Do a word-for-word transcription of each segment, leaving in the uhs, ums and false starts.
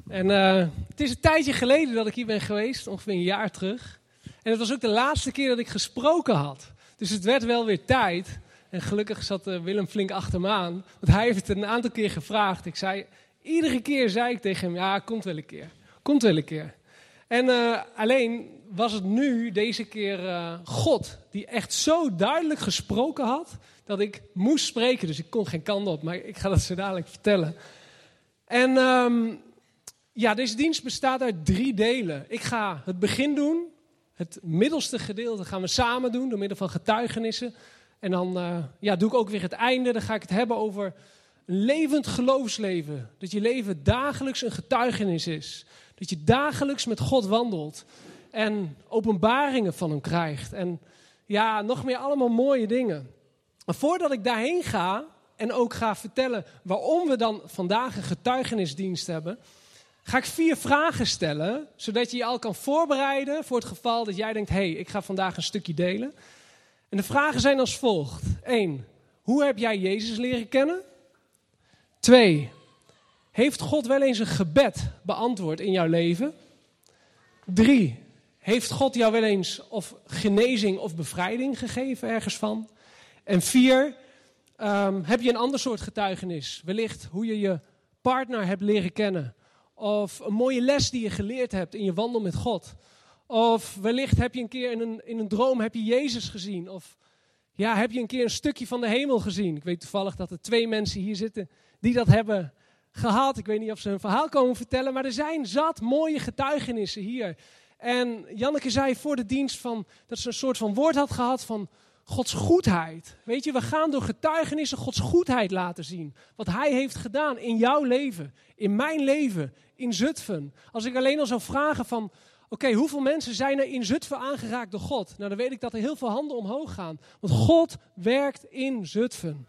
En uh, het is een tijdje geleden dat ik hier ben geweest, ongeveer een jaar terug. En het was ook de laatste keer dat ik gesproken had. Dus het werd wel weer tijd. En gelukkig zat uh, Willem flink achter me aan. Want hij heeft het een aantal keer gevraagd. Ik zei, iedere keer zei ik tegen hem, ja, komt wel een keer. Komt wel een keer. En uh, alleen was het nu, deze keer, uh, God, die echt zo duidelijk gesproken had, dat ik moest spreken. Dus ik kon geen kant op, maar ik ga dat zo dadelijk vertellen. En um, ja, deze dienst bestaat uit drie delen. Ik ga het begin doen. Het middelste gedeelte gaan we samen doen, door middel van getuigenissen. En dan uh, ja, doe ik ook weer het einde. Dan ga ik het hebben over een levend geloofsleven. Dat je leven dagelijks een getuigenis is. Dat je dagelijks met God wandelt. En openbaringen van hem krijgt. En ja, nog meer allemaal mooie dingen. Maar voordat ik daarheen ga en ook ga vertellen waarom we dan vandaag een getuigenisdienst hebben, ga ik vier vragen stellen, zodat je je al kan voorbereiden voor het geval dat jij denkt, hé, hey, ik ga vandaag een stukje delen. En de vragen zijn als volgt. Eén, hoe heb jij Jezus leren kennen? Twee, heeft God wel eens een gebed beantwoord in jouw leven? Drie, heeft God jou wel eens of genezing of bevrijding gegeven ergens van? En vier, um, heb je een ander soort getuigenis? Wellicht hoe je je partner hebt leren kennen. Of een mooie les die je geleerd hebt in je wandel met God. Of wellicht heb je een keer in een, in een droom heb je Jezus gezien. Of ja, heb je een keer een stukje van de hemel gezien. Ik weet toevallig dat er twee mensen hier zitten die dat hebben gehad. Ik weet niet of ze hun verhaal komen vertellen. Maar er zijn zat mooie getuigenissen hier. En Janneke zei voor de dienst van, dat ze een soort van woord had gehad van Gods goedheid. Weet je, we gaan door getuigenissen Gods goedheid laten zien. Wat Hij heeft gedaan in jouw leven, in mijn leven, in Zutphen. Als ik alleen al zou vragen van, oké, okay, hoeveel mensen zijn er in Zutphen aangeraakt door God? Nou, dan weet ik dat er heel veel handen omhoog gaan. Want God werkt in Zutphen.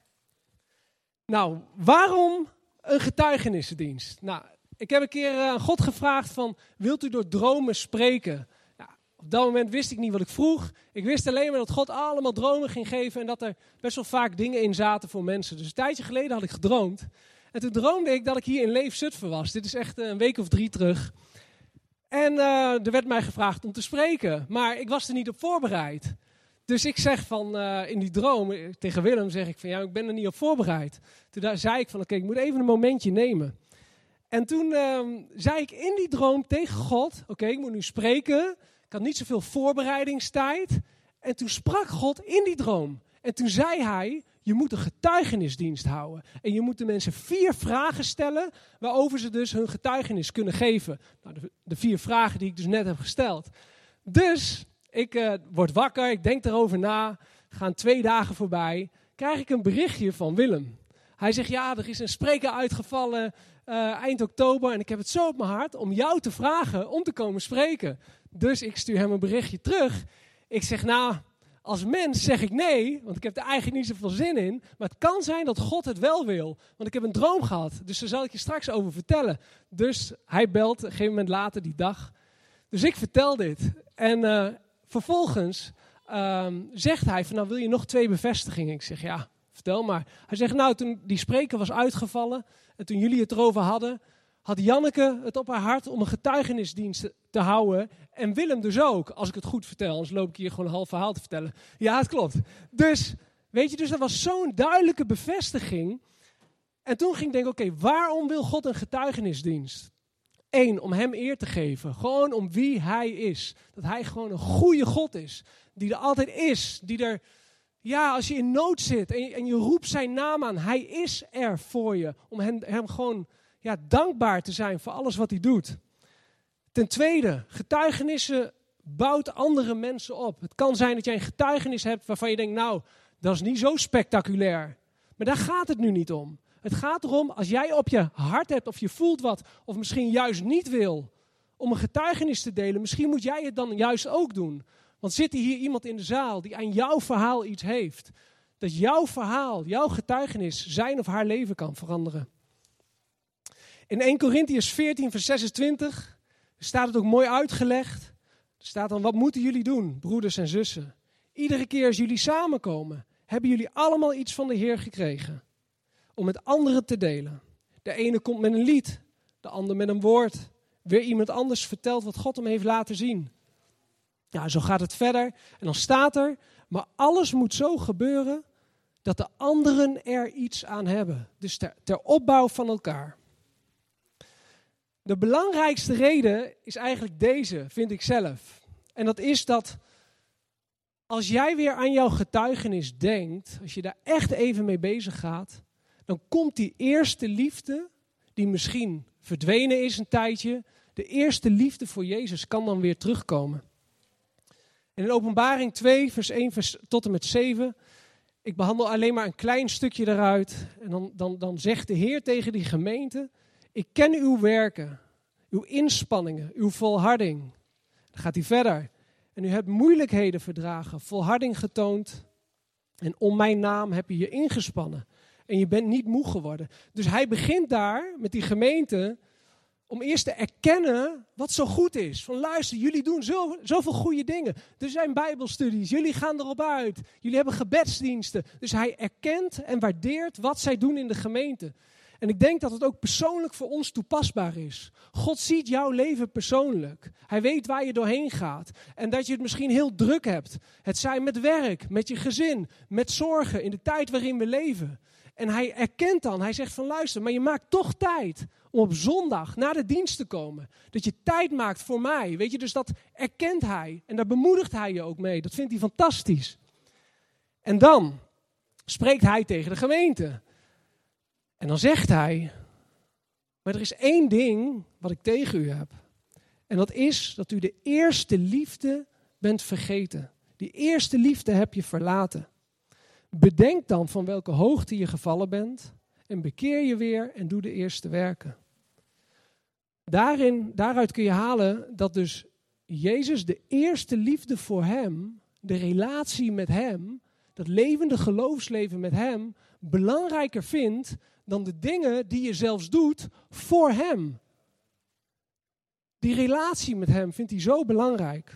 Nou, waarom een getuigenissendienst? Nou, ik heb een keer aan God gevraagd van, wilt u door dromen spreken? Op dat moment wist ik niet wat ik vroeg. Ik wist alleen maar dat God allemaal dromen ging geven en dat er best wel vaak dingen in zaten voor mensen. Dus een tijdje geleden had ik gedroomd. En toen droomde ik dat ik hier in Leef Zutphen was. Dit is echt een week of drie terug. En uh, er werd mij gevraagd om te spreken. Maar ik was er niet op voorbereid. Dus ik zeg van, uh, in die droom, tegen Willem zeg ik van, ja, ik ben er niet op voorbereid. Toen daar zei ik van, oké, okay, ik moet even een momentje nemen. En toen uh, zei ik in die droom tegen God, oké, okay, ik moet nu spreken. Ik had niet zoveel voorbereidingstijd. En toen sprak God in die droom. En toen zei hij, je moet een getuigenisdienst houden. En je moet de mensen vier vragen stellen, waarover ze dus hun getuigenis kunnen geven. Nou, de, de vier vragen die ik dus net heb gesteld. Dus ik uh, word wakker, ik denk erover na. Gaan twee dagen voorbij. Krijg ik een berichtje van Willem. Hij zegt, ja, er is een spreker uitgevallen uh, eind oktober. En ik heb het zo op mijn hart om jou te vragen om te komen spreken. Dus ik stuur hem een berichtje terug. Ik zeg, nou, als mens zeg ik nee, want ik heb er eigenlijk niet zoveel zin in. Maar het kan zijn dat God het wel wil. Want ik heb een droom gehad, dus daar zal ik je straks over vertellen. Dus hij belt een gegeven moment later die dag. Dus ik vertel dit. En uh, vervolgens uh, zegt hij van, nou wil je nog twee bevestigingen? Ik zeg, ja, vertel maar. Hij zegt, nou, toen die spreker was uitgevallen en toen jullie het erover hadden, had Janneke het op haar hart om een getuigenisdienst te houden. En Willem dus ook, als ik het goed vertel. Anders loop ik hier gewoon een half verhaal te vertellen. Ja, het klopt. Dus, weet je, dus dat was zo'n duidelijke bevestiging. En toen ging ik denken, oké, okay, waarom wil God een getuigenisdienst? Eén, om hem eer te geven. Gewoon om wie hij is. Dat hij gewoon een goede God is. Die er altijd is. Die er, ja, als je in nood zit en je, en je roept zijn naam aan. Hij is er voor je. Om hem, hem gewoon ja, dankbaar te zijn voor alles wat hij doet. Ten tweede, getuigenissen bouwt andere mensen op. Het kan zijn dat jij een getuigenis hebt waarvan je denkt, nou, dat is niet zo spectaculair. Maar daar gaat het nu niet om. Het gaat erom, als jij op je hart hebt of je voelt wat, of misschien juist niet wil, om een getuigenis te delen, misschien moet jij het dan juist ook doen. Want zit er hier iemand in de zaal die aan jouw verhaal iets heeft, dat jouw verhaal, jouw getuigenis, zijn of haar leven kan veranderen. In Eerste Korintiërs veertien vers zesentwintig staat het ook mooi uitgelegd. Er staat dan, wat moeten jullie doen, broeders en zussen? Iedere keer als jullie samenkomen, hebben jullie allemaal iets van de Heer gekregen. Om met anderen te delen. De ene komt met een lied, de ander met een woord. Weer iemand anders vertelt wat God hem heeft laten zien. Ja, zo gaat het verder. En dan staat er, maar alles moet zo gebeuren dat de anderen er iets aan hebben. Dus ter, ter opbouw van elkaar. De belangrijkste reden is eigenlijk deze, vind ik zelf. En dat is dat als jij weer aan jouw getuigenis denkt, als je daar echt even mee bezig gaat, dan komt die eerste liefde, die misschien verdwenen is een tijdje, de eerste liefde voor Jezus kan dan weer terugkomen. En in Openbaring twee, vers één vers, tot en met zeven, ik behandel alleen maar een klein stukje daaruit. En dan, dan, dan zegt de Heer tegen die gemeente, ik ken uw werken, uw inspanningen, uw volharding. Dan gaat hij verder. En u hebt moeilijkheden verdragen, volharding getoond. En om mijn naam heb je je ingespannen. En je bent niet moe geworden. Dus hij begint daar met die gemeente om eerst te erkennen wat zo goed is. Van luister, jullie doen zo, zoveel goede dingen. Er zijn bijbelstudies, jullie gaan erop uit. Jullie hebben gebedsdiensten. Dus hij erkent en waardeert wat zij doen in de gemeente. En ik denk dat het ook persoonlijk voor ons toepasbaar is. God ziet jouw leven persoonlijk. Hij weet waar je doorheen gaat. En dat je het misschien heel druk hebt. Het zij met werk, met je gezin, met zorgen in de tijd waarin we leven. En hij erkent dan, hij zegt van luister, maar je maakt toch tijd om op zondag naar de dienst te komen. Dat je tijd maakt voor mij. Weet je, dus dat erkent hij. En daar bemoedigt hij je ook mee. Dat vindt hij fantastisch. En dan spreekt hij tegen de gemeente. En dan zegt hij, maar er is één ding wat ik tegen u heb. En dat is dat u de eerste liefde bent vergeten. Die eerste liefde heb je verlaten. Bedenk dan van welke hoogte je gevallen bent en bekeer je weer en doe de eerste werken. Daarin, daaruit kun je halen dat dus Jezus de eerste liefde voor hem, de relatie met hem, dat levende geloofsleven met hem, belangrijker vindt dan de dingen die je zelfs doet voor hem. Die relatie met hem vindt hij zo belangrijk.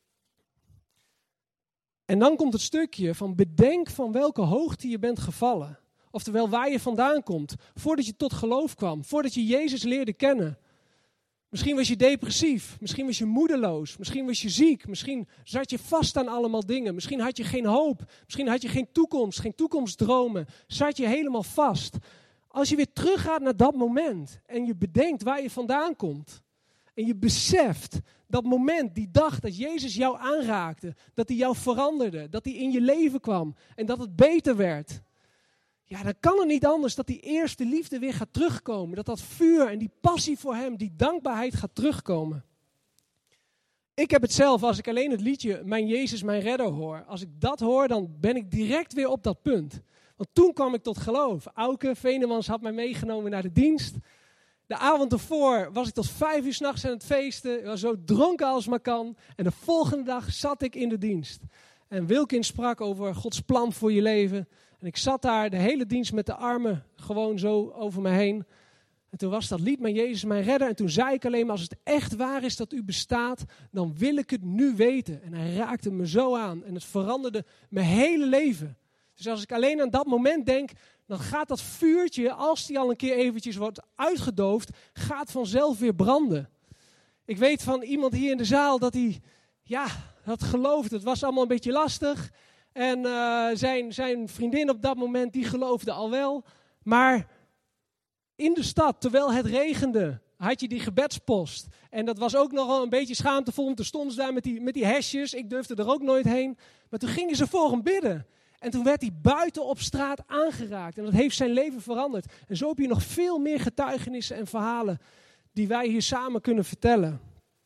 En dan komt het stukje van bedenk van welke hoogte je bent gevallen. Oftewel waar je vandaan komt. Voordat je tot geloof kwam. Voordat je Jezus leerde kennen. Misschien was je depressief. Misschien was je moedeloos. Misschien was je ziek. Misschien zat je vast aan allemaal dingen. Misschien had je geen hoop. Misschien had je geen toekomst. Geen toekomstdromen. Zat je helemaal vast. Als je weer teruggaat naar dat moment. En je bedenkt waar je vandaan komt. En je beseft dat moment, die dag dat Jezus jou aanraakte. Dat hij jou veranderde. Dat hij in je leven kwam. En dat het beter werd. Ja, dan kan het niet anders dat die eerste liefde weer gaat terugkomen. Dat dat vuur en die passie voor hem, die dankbaarheid gaat terugkomen. Ik heb het zelf, als ik alleen het liedje Mijn Jezus, Mijn Redder hoor. Als ik dat hoor, dan ben ik direct weer op dat punt. Want toen kwam ik tot geloof. Auke Venemans had mij meegenomen naar de dienst. De avond ervoor was ik tot vijf uur 's nachts aan het feesten. Ik was zo dronken als maar kan. En de volgende dag zat ik in de dienst. En Wilkins sprak over Gods plan voor je leven. En ik zat daar de hele dienst met de armen gewoon zo over me heen. En toen was dat lied Mijn Jezus, Mijn Redder. En toen zei ik alleen maar, als het echt waar is dat u bestaat, dan wil ik het nu weten. En hij raakte me zo aan. En het veranderde mijn hele leven. Dus als ik alleen aan dat moment denk, dan gaat dat vuurtje, als die al een keer eventjes wordt uitgedoofd, gaat vanzelf weer branden. Ik weet van iemand hier in de zaal dat hij, ja, had geloofd. Het was allemaal een beetje lastig. En uh, zijn, zijn vriendin op dat moment, die geloofde al wel. Maar in de stad, terwijl het regende, had je die gebedspost. En dat was ook nogal een beetje schaamtevol. Toen stonden ze daar met die, met die hesjes. Ik durfde er ook nooit heen. Maar toen gingen ze voor hem bidden. En toen werd hij buiten op straat aangeraakt. En dat heeft zijn leven veranderd. En zo heb je nog veel meer getuigenissen en verhalen die wij hier samen kunnen vertellen.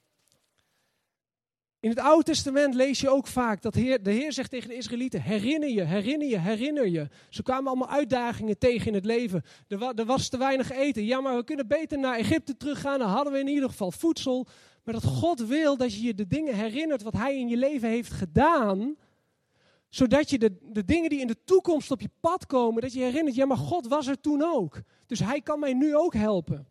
In het Oude Testament lees je ook vaak dat Heer, de Heer zegt tegen de Israëlieten, herinner je, herinner je, herinner je. Ze kwamen allemaal uitdagingen tegen in het leven. Er, wa, er was te weinig eten. Ja, maar we kunnen beter naar Egypte teruggaan. Dan hadden we in ieder geval voedsel. Maar dat God wil dat je je de dingen herinnert wat hij in je leven heeft gedaan. Zodat je de, de dingen die in de toekomst op je pad komen, dat je herinnert, ja, maar God was er toen ook. Dus hij kan mij nu ook helpen.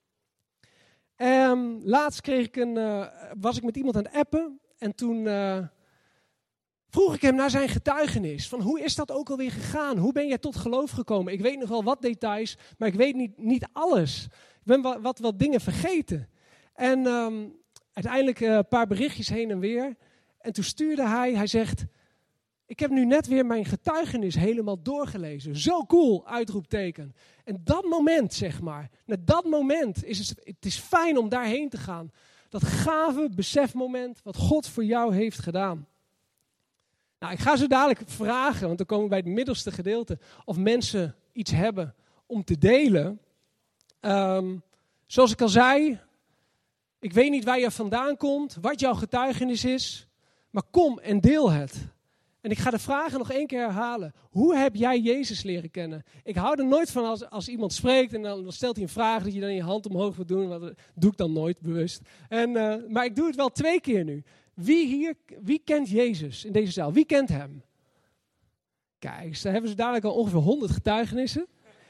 Um, laatst kreeg ik een, uh, was ik met iemand aan het appen. En toen uh, vroeg ik hem naar zijn getuigenis. Van hoe is dat ook alweer gegaan? Hoe ben jij tot geloof gekomen? Ik weet nog wel wat details, maar ik weet niet, niet alles. ben wat, wat, wat dingen vergeten. En um, uiteindelijk uh, een paar berichtjes heen en weer. En toen stuurde hij, hij zegt, ik heb nu net weer mijn getuigenis helemaal doorgelezen. Zo cool, uitroepteken. En dat moment, zeg maar, na dat moment is het, het is fijn om daarheen te gaan. Dat gave besefmoment wat God voor jou heeft gedaan. Nou, ik ga zo dadelijk vragen, want dan komen we bij het middelste gedeelte, of mensen iets hebben om te delen. Um, zoals ik al zei, ik weet niet waar je vandaan komt, wat jouw getuigenis is, maar kom en deel het. En ik ga de vragen nog één keer herhalen. Hoe heb jij Jezus leren kennen? Ik hou er nooit van als, als iemand spreekt en dan, dan stelt hij een vraag dat je dan je hand omhoog wilt doen. Dat doe ik dan nooit bewust. En, uh, maar ik doe het wel twee keer nu. Wie hier, wie kent Jezus in deze zaal? Wie kent hem? Kijk, dan hebben ze dadelijk al ongeveer honderd getuigenissen.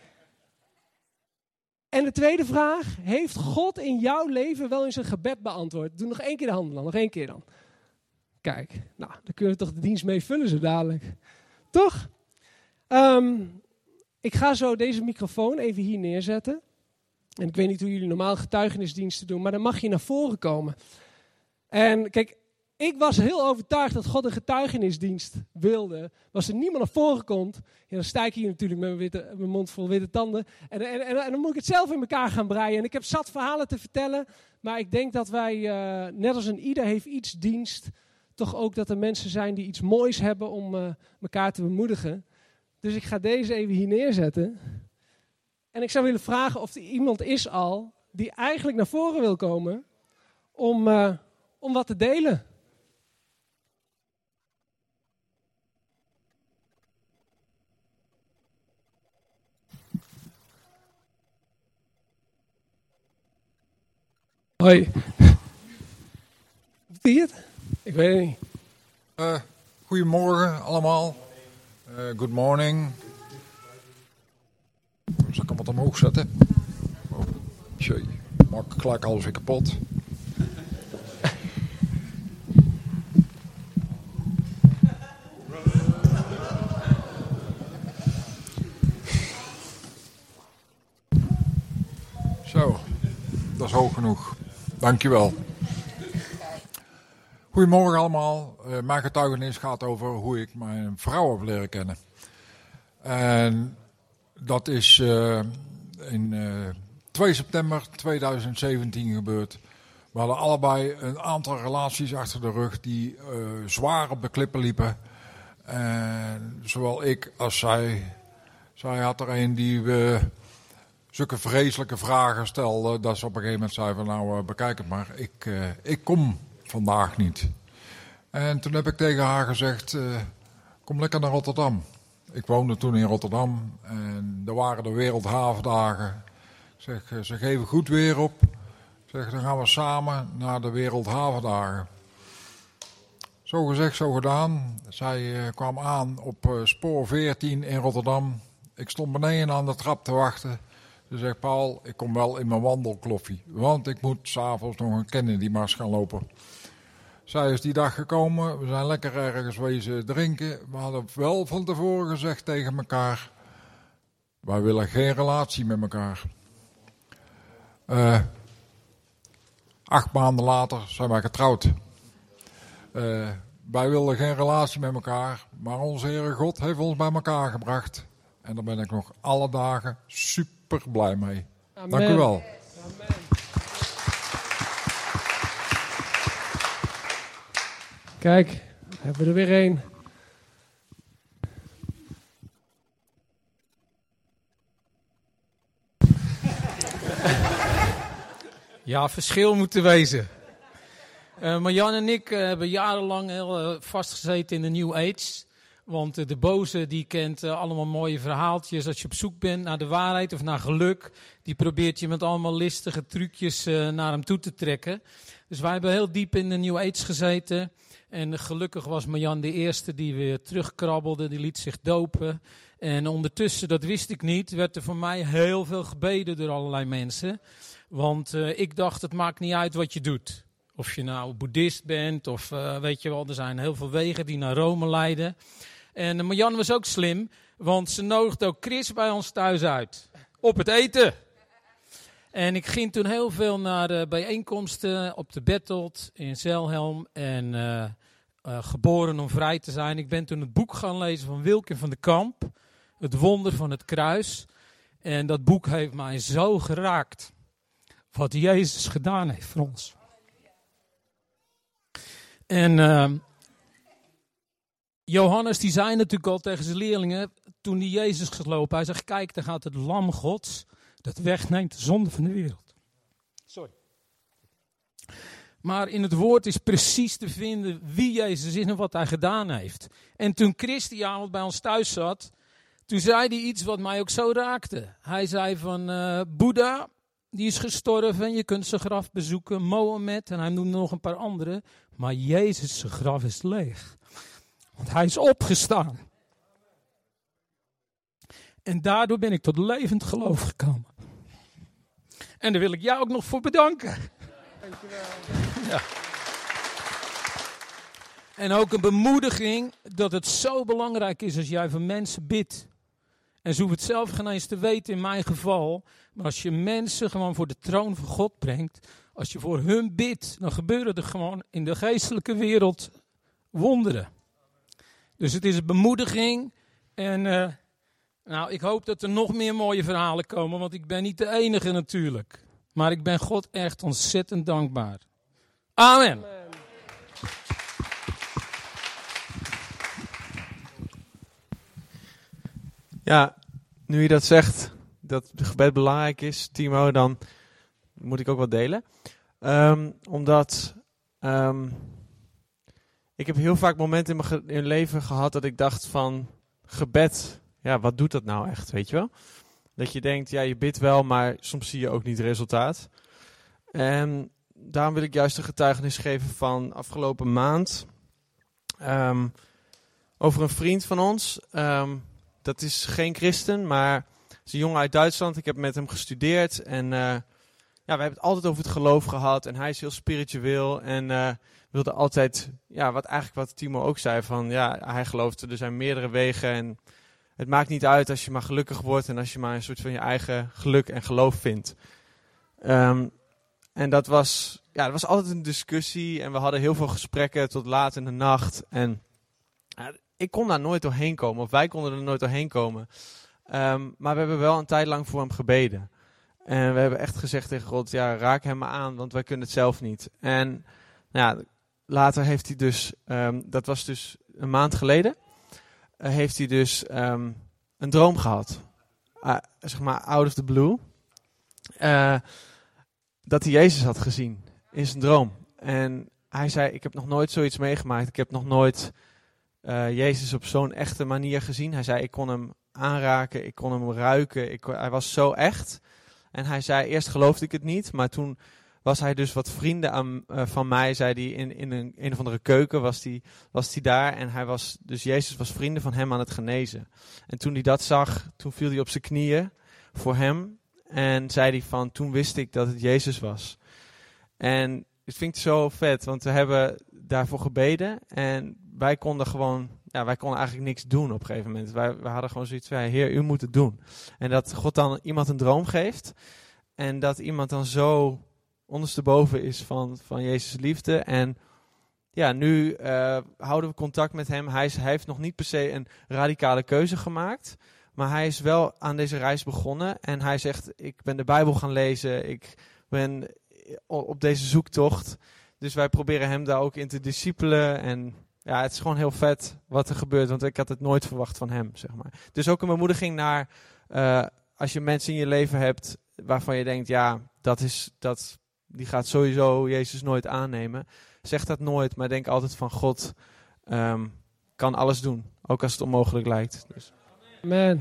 En de tweede vraag, heeft God in jouw leven wel eens een gebed beantwoord? Doe nog één keer de handen dan, nog één keer dan. Kijk, nou, dan kunnen we toch de dienst mee vullen zo dadelijk. Toch? Um, ik ga zo deze microfoon even hier neerzetten. En ik weet niet hoe jullie normaal getuigenisdiensten doen, maar dan mag je naar voren komen. En kijk, ik was heel overtuigd dat God een getuigenisdienst wilde. Maar als er niemand naar voren komt, ja, dan sta ik hier natuurlijk met mijn, witte, mijn mond vol witte tanden. En, en, en, en dan moet ik het zelf in elkaar gaan breien. En ik heb zat verhalen te vertellen, maar ik denk dat wij, uh, net als een ieder heeft iets dienst, toch ook dat er mensen zijn die iets moois hebben om uh, elkaar te bemoedigen. Dus ik ga deze even hier neerzetten. En ik zou willen vragen of er iemand is al die eigenlijk naar voren wil komen om, uh, om wat te delen. Hoi. Doet hij het? Ik weet het niet. Uh, goedemorgen allemaal. Uh, good morning. Zal ik hem wat omhoog zetten? Oh, jee, maak ik gelijk alles weer kapot. Zo, dat is hoog genoeg. Dankjewel. Goedemorgen allemaal. Uh, mijn getuigenis gaat over hoe ik mijn vrouw heb leren kennen. En dat is uh, in uh, twee september tweeduizend zeventien gebeurd. We hadden allebei een aantal relaties achter de rug die uh, zwaar op de klippen liepen. En zowel ik als zij. Zij had er een die we zulke vreselijke vragen stelde, dat ze op een gegeven moment zei van nou uh, bekijk het maar, ik, uh, ik kom vandaag niet. En toen heb ik tegen haar gezegd, uh, kom lekker naar Rotterdam. Ik woonde toen in Rotterdam en er waren de Wereldhavendagen. Ik zeg, uh, ze geven goed weer op. Ik zeg, dan gaan we samen naar de Wereldhavendagen. Zo gezegd, zo gedaan. Zij uh, kwam aan op uh, spoor veertien in Rotterdam. Ik stond beneden aan de trap te wachten. Ze zegt, Paul, ik kom wel in mijn wandelkloffie, want ik moet s'avonds nog een Kennedy-mars gaan lopen. Zij is die dag gekomen, we zijn lekker ergens wezen drinken. We hadden wel van tevoren gezegd tegen elkaar, wij willen geen relatie met elkaar. Uh, acht maanden later zijn wij getrouwd. Uh, wij wilden geen relatie met elkaar, maar onze Heere God heeft ons bij elkaar gebracht. En daar ben ik nog alle dagen super blij mee. Amen. Dank u wel. Amen. Kijk, hebben we er weer een. Ja, verschil moet er wezen. Uh, Marjan en ik uh, hebben jarenlang heel uh, vastgezeten in de New Age. Want uh, de boze die kent uh, allemaal mooie verhaaltjes. Als je op zoek bent naar de waarheid of naar geluk, die probeert je met allemaal listige trucjes uh, naar hem toe te trekken. Dus wij hebben heel diep in de New Age gezeten. En gelukkig was Marjan de eerste die weer terugkrabbelde, die liet zich dopen. En ondertussen, dat wist ik niet, werd er voor mij heel veel gebeden door allerlei mensen. Want uh, ik dacht, het maakt niet uit wat je doet. Of je nou boeddhist bent of uh, weet je wel, er zijn heel veel wegen die naar Rome leiden. En uh, Marjan was ook slim, want ze nodigde ook Chris bij ons thuis uit. Op het eten. En ik ging toen heel veel naar uh, bijeenkomsten op de Bertolt in Zelhelm. En uh, uh, geboren om vrij te zijn. Ik ben toen het boek gaan lezen van Wilkin van de Kamp. Het wonder van het kruis. En dat boek heeft mij zo geraakt. Wat Jezus gedaan heeft voor ons. En uh, Johannes die zei natuurlijk al tegen zijn leerlingen. Toen hij Jezus gelopen. Hij zegt, kijk, daar gaat het lam Gods. Dat wegneemt de zonde van de wereld. Sorry. Maar in het woord is precies te vinden wie Jezus is en wat hij gedaan heeft. En toen Christian bij ons thuis zat, toen zei hij iets wat mij ook zo raakte. Hij zei van uh, Boeddha, die is gestorven en je kunt zijn graf bezoeken. Mohammed en hij noemde nog een paar andere. Maar Jezus zijn graf is leeg. Want hij is opgestaan. En daardoor ben ik tot levend geloof gekomen. En daar wil ik jou ook nog voor bedanken. Dankjewel. Ja. En ook een bemoediging dat het zo belangrijk is als jij voor mensen bidt. En ze hoeven het zelf geen eens te weten in mijn geval. Maar als je mensen gewoon voor de troon van God brengt. Als je voor hun bidt, dan gebeuren er gewoon in de geestelijke wereld wonderen. Dus het is een bemoediging. En uh, nou, ik hoop dat er nog meer mooie verhalen komen. Want ik ben niet de enige natuurlijk. Maar ik ben God echt ontzettend dankbaar. Amen. Amen. Ja, nu je dat zegt, dat het gebed belangrijk is, Timo, dan moet ik ook wat delen. Um, omdat um, ik heb heel vaak momenten in mijn, ge- in mijn leven gehad dat ik dacht van gebed, ja, wat doet dat nou echt, weet je wel? Dat je denkt, ja, je bidt wel, maar soms zie je ook niet het resultaat. En daarom wil ik juist een getuigenis geven van afgelopen maand. Um, over een vriend van ons. Um, dat is geen christen, maar is een jongen uit Duitsland. Ik heb met hem gestudeerd. En uh, ja, we hebben het altijd over het geloof gehad. En hij is heel spiritueel. En uh, wilde altijd, ja, wat eigenlijk wat Timo ook zei. Van ja, hij gelooft, er zijn meerdere wegen. En het maakt niet uit als je maar gelukkig wordt. En als je maar een soort van je eigen geluk en geloof vindt. Um, en dat was, ja, dat was altijd een discussie. En we hadden heel veel gesprekken tot laat in de nacht. En ja, ik kon daar nooit doorheen komen. Of wij konden er nooit doorheen komen. Um, maar we hebben wel een tijd lang voor hem gebeden. En we hebben echt gezegd tegen God, ja, raak hem maar aan, want wij kunnen het zelf niet. En nou ja, later heeft hij dus, um, dat was dus een maand geleden, uh, heeft hij dus um, een droom gehad. Uh, zeg maar out of the blue. Uh, dat hij Jezus had gezien in zijn droom. En hij zei, ik heb nog nooit zoiets meegemaakt. Ik heb nog nooit uh, Jezus op zo'n echte manier gezien. Hij zei, ik kon hem aanraken, ik kon hem ruiken. Ik, hij was zo echt. En hij zei, eerst geloofde ik het niet, maar toen was hij dus wat vrienden aan, uh, van mij, zei hij, in, in een, een of andere keuken was hij was die daar. En hij was, dus Jezus was vrienden van hem aan het genezen. En toen hij dat zag, toen viel hij op zijn knieën voor hem. En zei hij van, toen wist ik dat het Jezus was. En het vind ik zo vet, want we hebben daarvoor gebeden. En wij konden gewoon, ja, wij konden eigenlijk niks doen op een gegeven moment. Wij, wij hadden gewoon zoiets van, Heer, u moet het doen. En dat God dan iemand een droom geeft. En dat iemand dan zo ondersteboven is van, van Jezus' liefde. En ja, nu uh, houden we contact met hem. Hij, is, hij heeft nog niet per se een radicale keuze gemaakt. Maar hij is wel aan deze reis begonnen. En hij zegt, ik ben de Bijbel gaan lezen. Ik ben op deze zoektocht. Dus wij proberen hem daar ook in te discipelen. En ja, het is gewoon heel vet wat er gebeurt. Want ik had het nooit verwacht van hem, zeg maar. Dus ook een bemoediging naar, uh, als je mensen in je leven hebt waarvan je denkt, ja, dat is, dat, die gaat sowieso Jezus nooit aannemen. Zeg dat nooit, maar denk altijd van God um, kan alles doen. Ook als het onmogelijk lijkt. Dus. Amen.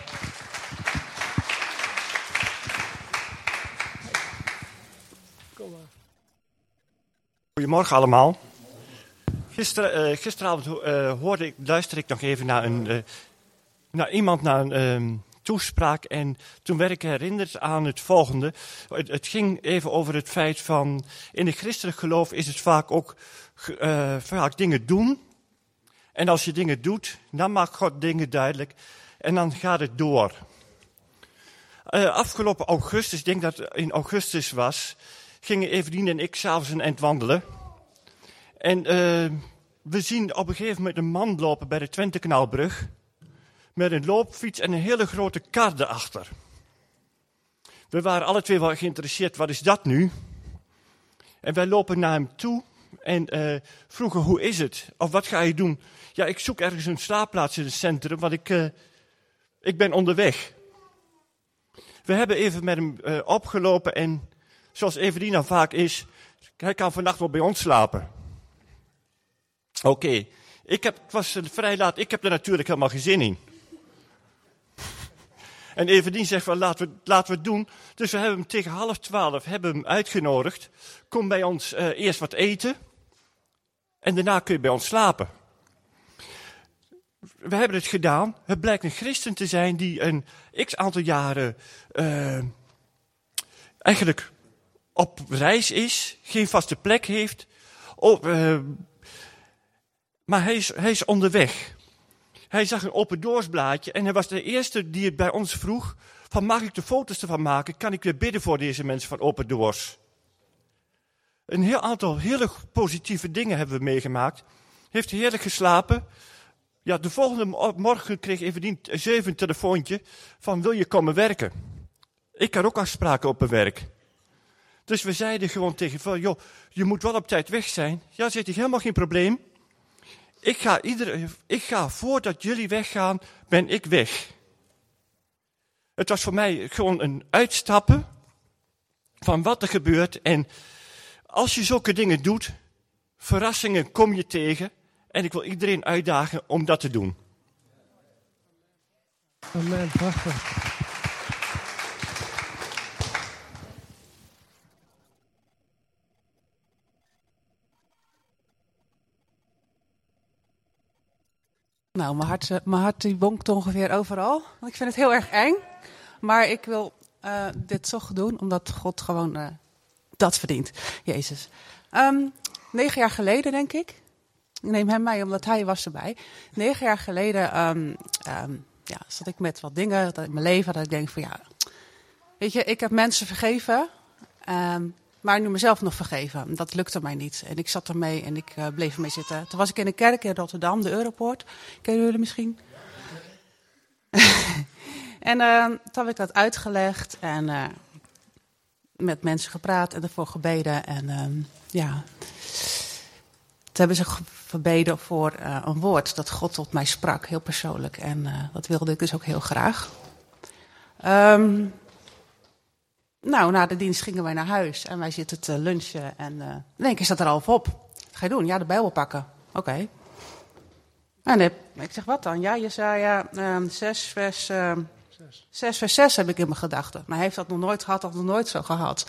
Kom maar. Goedemorgen allemaal. Gister, uh, gisteravond uh, hoorde ik, luisterde ik nog even naar, een, uh, naar iemand, naar een um, toespraak. En toen werd ik herinnerd aan het volgende. Het, het ging even over het feit van, in het christelijk geloof is het vaak ook uh, vaak dingen doen. En als je dingen doet, dan maakt God dingen duidelijk. En dan gaat het door. Uh, afgelopen augustus, ik denk dat het in augustus was, gingen Evelien en ik s'avonds een eind wandelen. En uh, we zien op een gegeven moment een man lopen bij de Twentekanaalbrug met een loopfiets en een hele grote kar erachter. We waren alle twee wel geïnteresseerd, wat is dat nu? En wij lopen naar hem toe en uh, vroegen, hoe is het? Of wat ga je doen? Ja, ik zoek ergens een slaapplaats in het centrum, want ik, uh, ik ben onderweg. We hebben even met hem uh, opgelopen en zoals Evelien dan vaak is, hij kan vannacht wel bij ons slapen. Oké, okay. Ik heb, het was vrij laat, ik heb er natuurlijk helemaal geen zin in. En Evelien zegt van laten we, laten we het doen. Dus we hebben hem tegen half twaalf hebben hem uitgenodigd. Kom bij ons uh, eerst wat eten. En daarna kun je bij ons slapen. We hebben het gedaan. Het blijkt een christen te zijn die een x aantal jaren uh, eigenlijk op reis is. Geen vaste plek heeft. Op, uh, maar hij is, hij is onderweg. Hij zag een open doorsblaadje en hij was de eerste die het bij ons vroeg. Van mag ik de foto's ervan maken? Kan ik weer bidden voor deze mensen van Open Doors? Een heel aantal hele positieve dingen hebben we meegemaakt. Heeft heerlijk geslapen. Ja, de volgende morgen kreeg Evelien zeven een telefoontje van wil je komen werken? Ik had ook afspraken op mijn werk. Dus we zeiden gewoon tegen van joh, je moet wel op tijd weg zijn. Ja, zegt hij, helemaal geen probleem. Ik ga, iedere, ik ga, voordat jullie weggaan, ben ik weg. Het was voor mij gewoon een uitstappen van wat er gebeurt. En als je zulke dingen doet, verrassingen kom je tegen. En ik wil iedereen uitdagen om dat te doen. Amen, prachtig. Nou, mijn hart, mijn hart die bonkt ongeveer overal. Want ik vind het heel erg eng. Maar ik wil uh, dit toch doen, omdat God gewoon uh, dat verdient. Jezus. Um, negen jaar geleden, denk ik. Ik neem hem mee, omdat hij was erbij. Negen jaar geleden um, um, ja, zat ik met wat dingen in mijn leven. Dat ik denk van ja, weet je, ik heb mensen vergeven. Um, maar nu mezelf nog vergeven. Dat lukte mij niet. En ik zat ermee en ik uh, bleef ermee zitten. Toen was ik in een kerk in Rotterdam, de Europoort. Kennen jullie misschien? En uh, toen heb ik dat uitgelegd en uh, met mensen gepraat en ervoor gebeden. En uh, ja, toen hebben ze verbeden voor uh, een woord dat God tot mij sprak, heel persoonlijk. En uh, dat wilde ik dus ook heel graag. Um, Nou, na de dienst gingen wij naar huis en wij zitten te lunchen. En uh, in één keer staat er al op. Wat ga je doen? Ja, de Bijbel pakken. Oké. Okay. En ik, ik zeg, wat dan? Ja, Jesaja uh, zes, vers, uh, zes, vers zes heb ik in mijn gedachten. Maar hij heeft dat nog nooit gehad, of nog nooit zo gehad.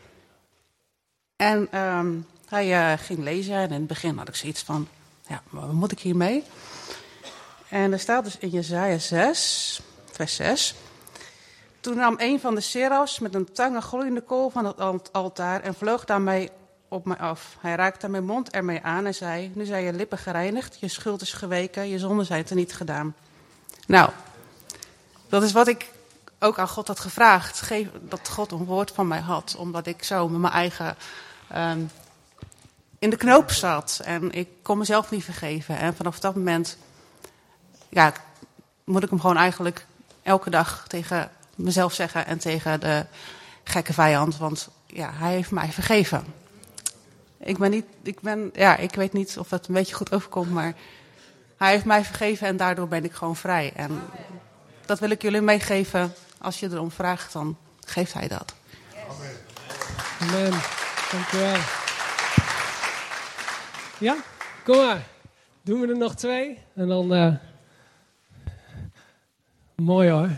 En um, hij uh, ging lezen en in het begin had ik zoiets van, ja, maar wat moet ik hiermee? En er staat dus in Jesaja zes, vers zes... Toen nam een van de sera's met een tang een gloeiende kool van het altaar en vloog daarmee op mij af. Hij raakte mijn mond ermee aan en zei, nu zijn je lippen gereinigd, je schuld is geweken, je zonden zijn teniet gedaan. Nou, dat is wat ik ook aan God had gevraagd. Geef, dat God een woord van mij had, omdat ik zo met mijn eigen um, in de knoop zat. En ik kon mezelf niet vergeven. En vanaf dat moment ja, moet ik hem gewoon eigenlijk elke dag tegen mezelf zeggen en tegen de gekke vijand, want ja, hij heeft mij vergeven. Ik ben niet, ik ben, ja, ik weet niet of het een beetje goed overkomt, maar hij heeft mij vergeven en daardoor ben ik gewoon vrij. En dat wil ik jullie meegeven. Als je erom vraagt, dan geeft hij dat. Amen. Amen. Dank je wel. Ja, kom maar. Doen we er nog twee? En dan... Uh... Mooi hoor.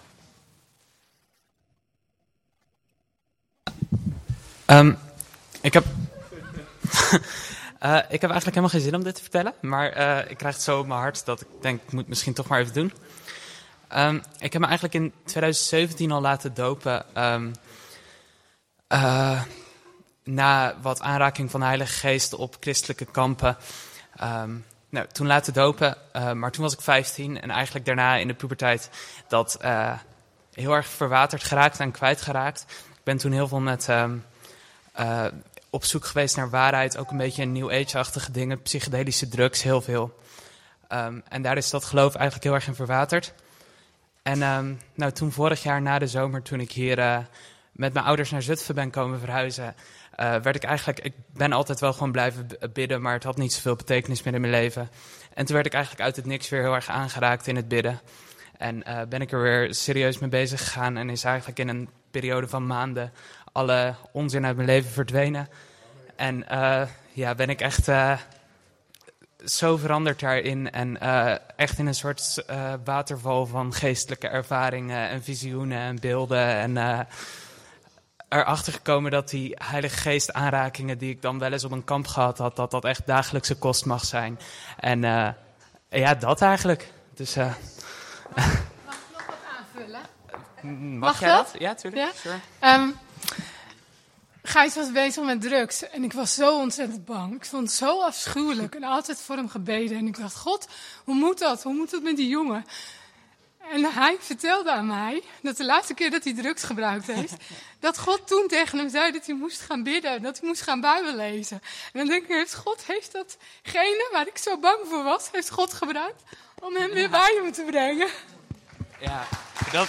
Um, ik heb... uh, ik heb eigenlijk helemaal geen zin om dit te vertellen. Maar uh, ik krijg het zo op mijn hart dat ik denk, ik moet misschien toch maar even doen. Um, ik heb me eigenlijk in twintig zeventien al laten dopen. Um, uh, na wat aanraking van de Heilige Geest op christelijke kampen. Um, nou, toen laten dopen. Uh, maar toen was ik vijftien. En eigenlijk daarna in de puberteit dat... Uh, heel erg verwaterd geraakt en kwijtgeraakt. Ik ben toen heel veel met uh, uh, op zoek geweest naar waarheid. Ook een beetje New Age-achtige dingen, psychedelische drugs, heel veel. Um, en daar is dat geloof eigenlijk heel erg in verwaterd. En um, nou, toen vorig jaar na de zomer, toen ik hier uh, met mijn ouders naar Zutphen ben komen verhuizen, uh, werd ik eigenlijk, ik ben altijd wel gewoon blijven bidden, maar het had niet zoveel betekenis meer in mijn leven. En toen werd ik eigenlijk uit het niks weer heel erg aangeraakt in het bidden. En uh, ben ik er weer serieus mee bezig gegaan en is eigenlijk in een periode van maanden alle onzin uit mijn leven verdwenen. En uh, ja, ben ik echt uh, zo veranderd daarin en uh, echt in een soort uh, waterval van geestelijke ervaringen en visioenen en beelden. En uh, erachter gekomen dat die Heilige Geest aanrakingen die ik dan wel eens op een kamp gehad had, dat dat echt dagelijkse kost mag zijn. En uh, ja, dat eigenlijk. Dus... Uh, Mag ik nog wat aanvullen? Mag, Mag jij dat? dat? Ja, tuurlijk. Ja? Sure. Um, Gijs was bezig met drugs en ik was zo ontzettend bang. Ik vond het zo afschuwelijk en altijd voor hem gebeden. En ik dacht, God, hoe moet dat? Hoe moet dat met die jongen? En hij vertelde aan mij, dat de laatste keer dat hij drugs gebruikt heeft, dat God toen tegen hem zei dat hij moest gaan bidden, dat hij moest gaan Bijbel lezen. En dan denk ik, heeft God, heeft datgene waar ik zo bang voor was, heeft God gebruikt om hem weer bij me te brengen? Ja, dat...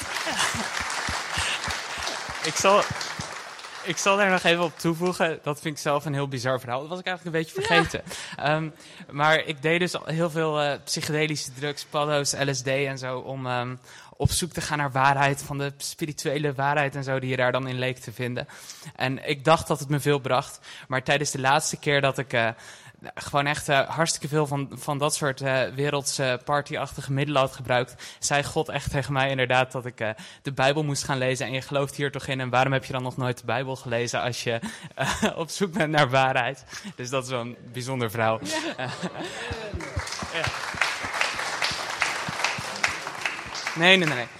ik zal... Ik zal daar nog even op toevoegen. Dat vind ik zelf een heel bizar verhaal. Dat was ik eigenlijk een beetje vergeten. Ja. Um, maar ik deed dus al heel veel uh, psychedelische drugs, paddo's, L S D en zo, om um, op zoek te gaan naar waarheid, van de spirituele waarheid en zo, die je daar dan in leek te vinden. En ik dacht dat het me veel bracht. Maar tijdens de laatste keer dat ik... Uh, gewoon echt uh, hartstikke veel van, van dat soort uh, wereldse partyachtige middelen had gebruikt, zei God echt tegen mij inderdaad dat ik uh, de Bijbel moest gaan lezen. En je gelooft hier toch in? En waarom heb je dan nog nooit de Bijbel gelezen als je uh, op zoek bent naar waarheid? Dus dat is wel een bijzonder verhaal. Ja. Uh, ja. Nee, nee, nee. nee.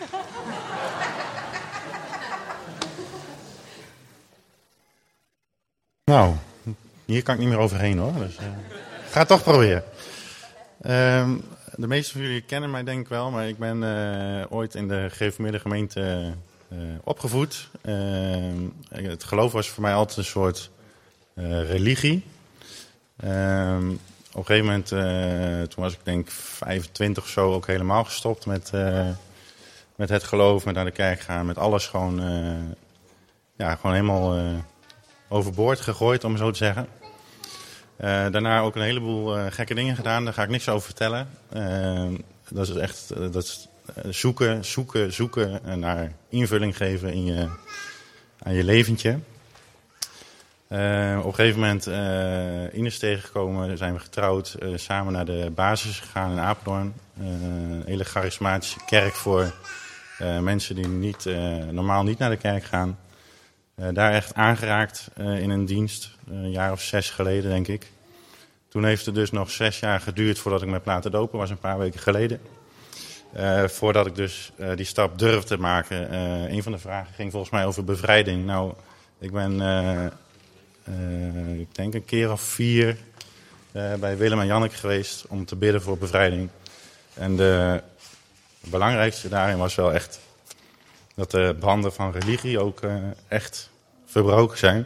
Nou... Hier kan ik niet meer overheen hoor, dus uh, ga het toch proberen. Uh, de meesten van jullie kennen mij denk ik wel, maar ik ben uh, ooit in de gereformeerde gemeente uh, opgevoed. Uh, het geloof was voor mij altijd een soort uh, religie. Uh, op een gegeven moment, uh, toen was ik denk vijfentwintig of zo, ook helemaal gestopt met, uh, met het geloof, met naar de kerk gaan, met alles gewoon, uh, ja, gewoon helemaal uh, overboord gegooid, om het zo te zeggen. Uh, daarna ook een heleboel uh, gekke dingen gedaan, daar ga ik niks over vertellen. Uh, dat is echt uh, dat is, uh, zoeken, zoeken, zoeken en naar invulling geven in je, aan je leventje. Uh, op een gegeven moment uh, Ines tegengekomen, zijn we getrouwd, uh, samen naar de basis gegaan in Apeldoorn. Uh, een hele charismatische kerk voor uh, mensen die niet, uh, normaal niet naar de kerk gaan. Uh, daar echt aangeraakt uh, in een dienst, uh, een jaar of zes geleden denk ik. Toen heeft het dus nog zes jaar geduurd voordat ik me heb laten dopen, was een paar weken geleden. Uh, voordat ik dus uh, die stap durfde te maken. Uh, een van de vragen ging volgens mij over bevrijding. Nou, ik ben, uh, uh, ik denk een keer of vier uh, bij Willem en Janneke geweest om te bidden voor bevrijding. En de belangrijkste daarin was wel echt dat de banden van religie ook uh, echt verbroken zijn.